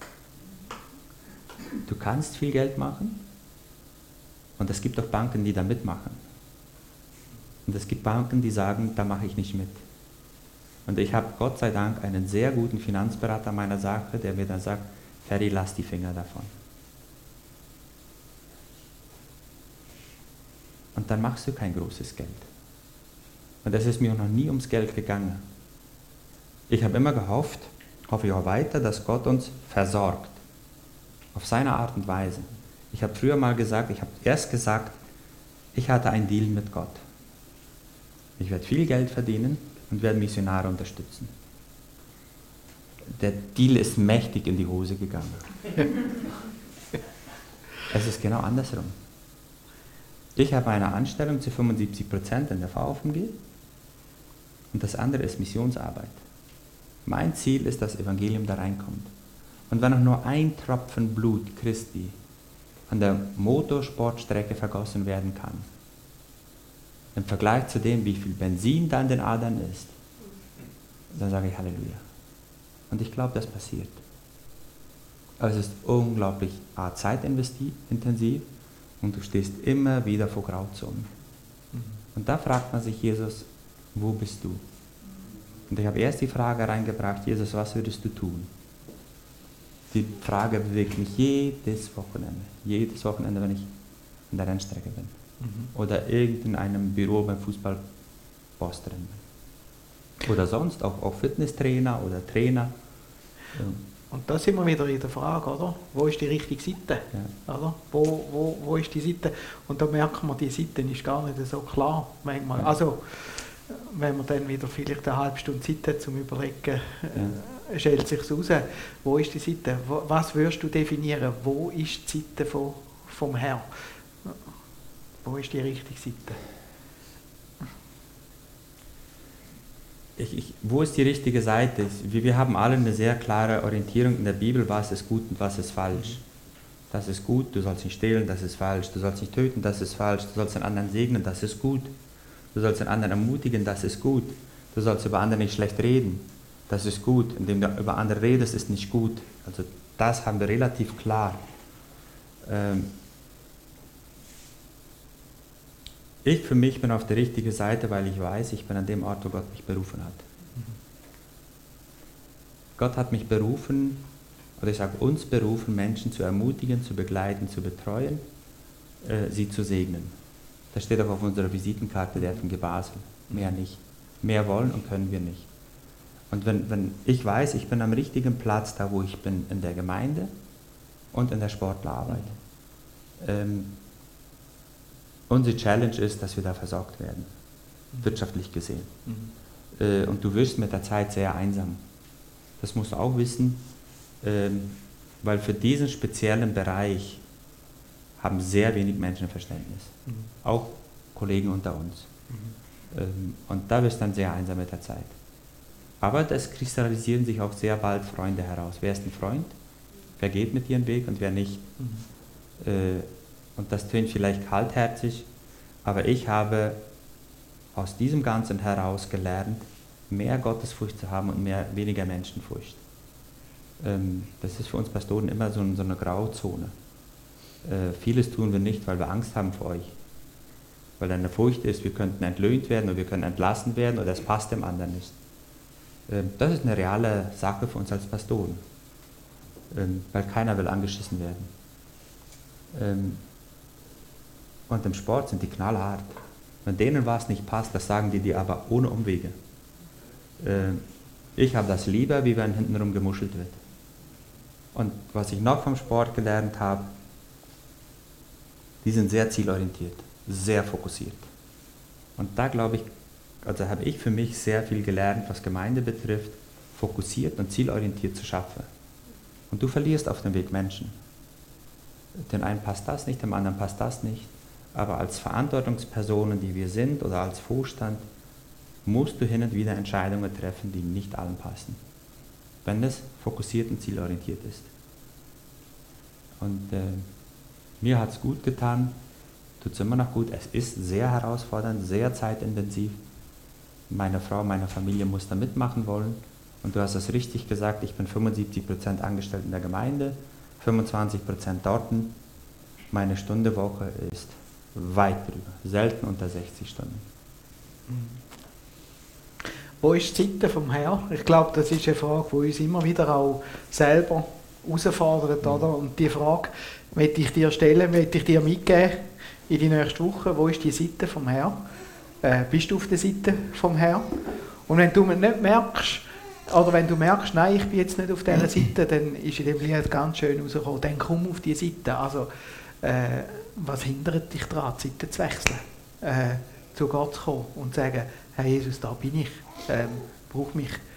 Du kannst viel Geld machen und es gibt auch Banken, die da mitmachen. Und es gibt Banken, die sagen, da mache ich nicht mit. Und ich habe Gott sei Dank einen sehr guten Finanzberater meiner Sache, der mir dann sagt, Ferry, lass die Finger davon. Und dann machst du kein großes Geld. Und es ist mir noch nie ums Geld gegangen. Ich habe immer gehofft, hoffe ich auch weiter, dass Gott uns versorgt. Auf seine Art und Weise. Ich habe früher mal gesagt, ich habe erst gesagt, ich hatte einen Deal mit Gott. Ich werde viel Geld verdienen und werde Missionare unterstützen. Der Deal ist mächtig in die Hose gegangen. Es ist genau andersrum. Ich habe eine Anstellung zu fünfundsiebzig Prozent in der V F M G und das andere ist Missionsarbeit. Mein Ziel ist, dass Evangelium da reinkommt. Und wenn auch nur ein Tropfen Blut Christi an der Motorsportstrecke vergossen werden kann, im Vergleich zu dem, wie viel Benzin da in den Adern ist, dann sage ich Halleluja. Und ich glaube, das passiert. Aber es ist unglaublich A, zeitintensiv und du stehst immer wieder vor Grauzonen. Mhm. Und da fragt man sich, Jesus, wo bist du? Und ich habe erst die Frage reingebracht, Jesus, was würdest du tun? Die Frage bewegt mich jedes Wochenende. Jedes Wochenende, wenn ich in der Rennstrecke bin. Mhm. Oder irgendeinem Büro beim Fußballboss drin bin. Oder sonst auch, auch Fitnesstrainer oder Trainer. Und da sind wir wieder in der Frage, oder? Wo ist die richtige Seite? Ja. Oder? Wo, wo, wo ist die Seite? Und da merken wir, die Seite ist gar nicht so klar manchmal. Ja. Also, wenn man dann wieder vielleicht eine halbe Stunde Zeit hat zum Überlegen, ja. äh, stellt sich raus, wo ist die Seite? Wo, was würdest du definieren? Wo ist die Seite von, vom Herrn? Wo ist die richtige Seite? Ich, ich, wo ist die richtige Seite? Wir, wir haben alle eine sehr klare Orientierung in der Bibel, was ist gut und was ist falsch. Das ist gut, du sollst nicht stehlen, das ist falsch. Du sollst nicht töten, das ist falsch. Du sollst den anderen segnen, das ist gut. Du sollst den anderen ermutigen, das ist gut. Du sollst über andere nicht schlecht reden, das ist gut. Indem du über andere redest, ist nicht gut. Also das haben wir relativ klar. Ähm, ich für mich bin auf der richtigen Seite, weil ich weiß, ich bin an dem Ort, wo Gott mich berufen hat. Mhm. Gott hat mich berufen, oder ich sage uns berufen, Menschen zu ermutigen, zu begleiten, zu betreuen, äh, sie zu segnen. Das steht auch auf unserer Visitenkarte der F G Basel. Mehr nicht. Mehr wollen und können wir nicht. Und wenn, wenn ich weiß, ich bin am richtigen Platz, da wo ich bin, in der Gemeinde und in der Sportlerarbeit. Ähm, unsere Challenge ist, dass wir da versorgt werden, mhm. wirtschaftlich gesehen. Mhm. Äh, und du wirst mit der Zeit sehr einsam. Das musst du auch wissen, ähm, weil für diesen speziellen Bereich haben sehr wenig Menschen Verständnis. Mhm. Auch Kollegen unter uns. Mhm. Ähm, und da wirst du dann sehr einsam mit der Zeit. Aber das kristallisieren sich auch sehr bald Freunde heraus. Wer ist ein Freund? Wer geht mit dir den Weg und wer nicht? Mhm. Äh, und das tönt vielleicht kaltherzig, aber ich habe aus diesem Ganzen heraus gelernt, mehr Gottesfurcht zu haben und mehr, weniger Menschenfurcht. Ähm, das ist für uns Pastoren immer so, so eine Grauzone. Äh, vieles tun wir nicht, weil wir Angst haben vor euch. Weil dann eine Furcht ist, wir könnten entlöhnt werden oder wir können entlassen werden oder es passt dem anderen nicht. Ähm, das ist eine reale Sache für uns als Pastoren. Ähm, weil keiner will angeschissen werden. Ähm, und im Sport sind die knallhart. Wenn denen was nicht passt, das sagen die dir aber ohne Umwege. Ähm, ich habe das lieber, wie wenn hintenrum gemuschelt wird. Und was ich noch vom Sport gelernt habe, die sind sehr zielorientiert, sehr fokussiert. Und da glaube ich, also habe ich für mich sehr viel gelernt, was Gemeinde betrifft, fokussiert und zielorientiert zu schaffen. Und du verlierst auf dem Weg Menschen. Dem einen passt das nicht, dem anderen passt das nicht. Aber als Verantwortungspersonen, die wir sind, oder als Vorstand, musst du hin und wieder Entscheidungen treffen, die nicht allen passen. Wenn es fokussiert und zielorientiert ist. Und äh, mir hat es gut getan, tut es immer noch gut. Es ist sehr herausfordernd, sehr zeitintensiv. Meine Frau, meine Familie muss da mitmachen wollen. Und du hast es richtig gesagt, ich bin fünfundsiebzig Prozent angestellt in der Gemeinde, fünfundzwanzig Prozent dort. Meine Stundenwoche ist weit drüber, selten unter sechzig Stunden. Wo ist die Seite vom Herrn? Ich glaube, das ist eine Frage, die uns immer wieder auch selber herausfordert. Mhm. Oder? Und die Frage möchte ich dir stellen, möchte ich dir mitgeben in die nächste Woche. Wo ist die Seite vom Herrn? Äh, bist du auf der Seite vom Herrn? Und wenn du nicht merkst, oder wenn du merkst, nein, ich bin jetzt nicht auf dieser Seite, dann ist in dem Lied ganz schön rausgekommen, dann komm auf die Seite. Also, äh, was hindert dich daran, die Seite zu wechseln? Äh, zu Gott zu kommen und zu sagen, Herr Jesus, da bin ich, ähm, brauch mich.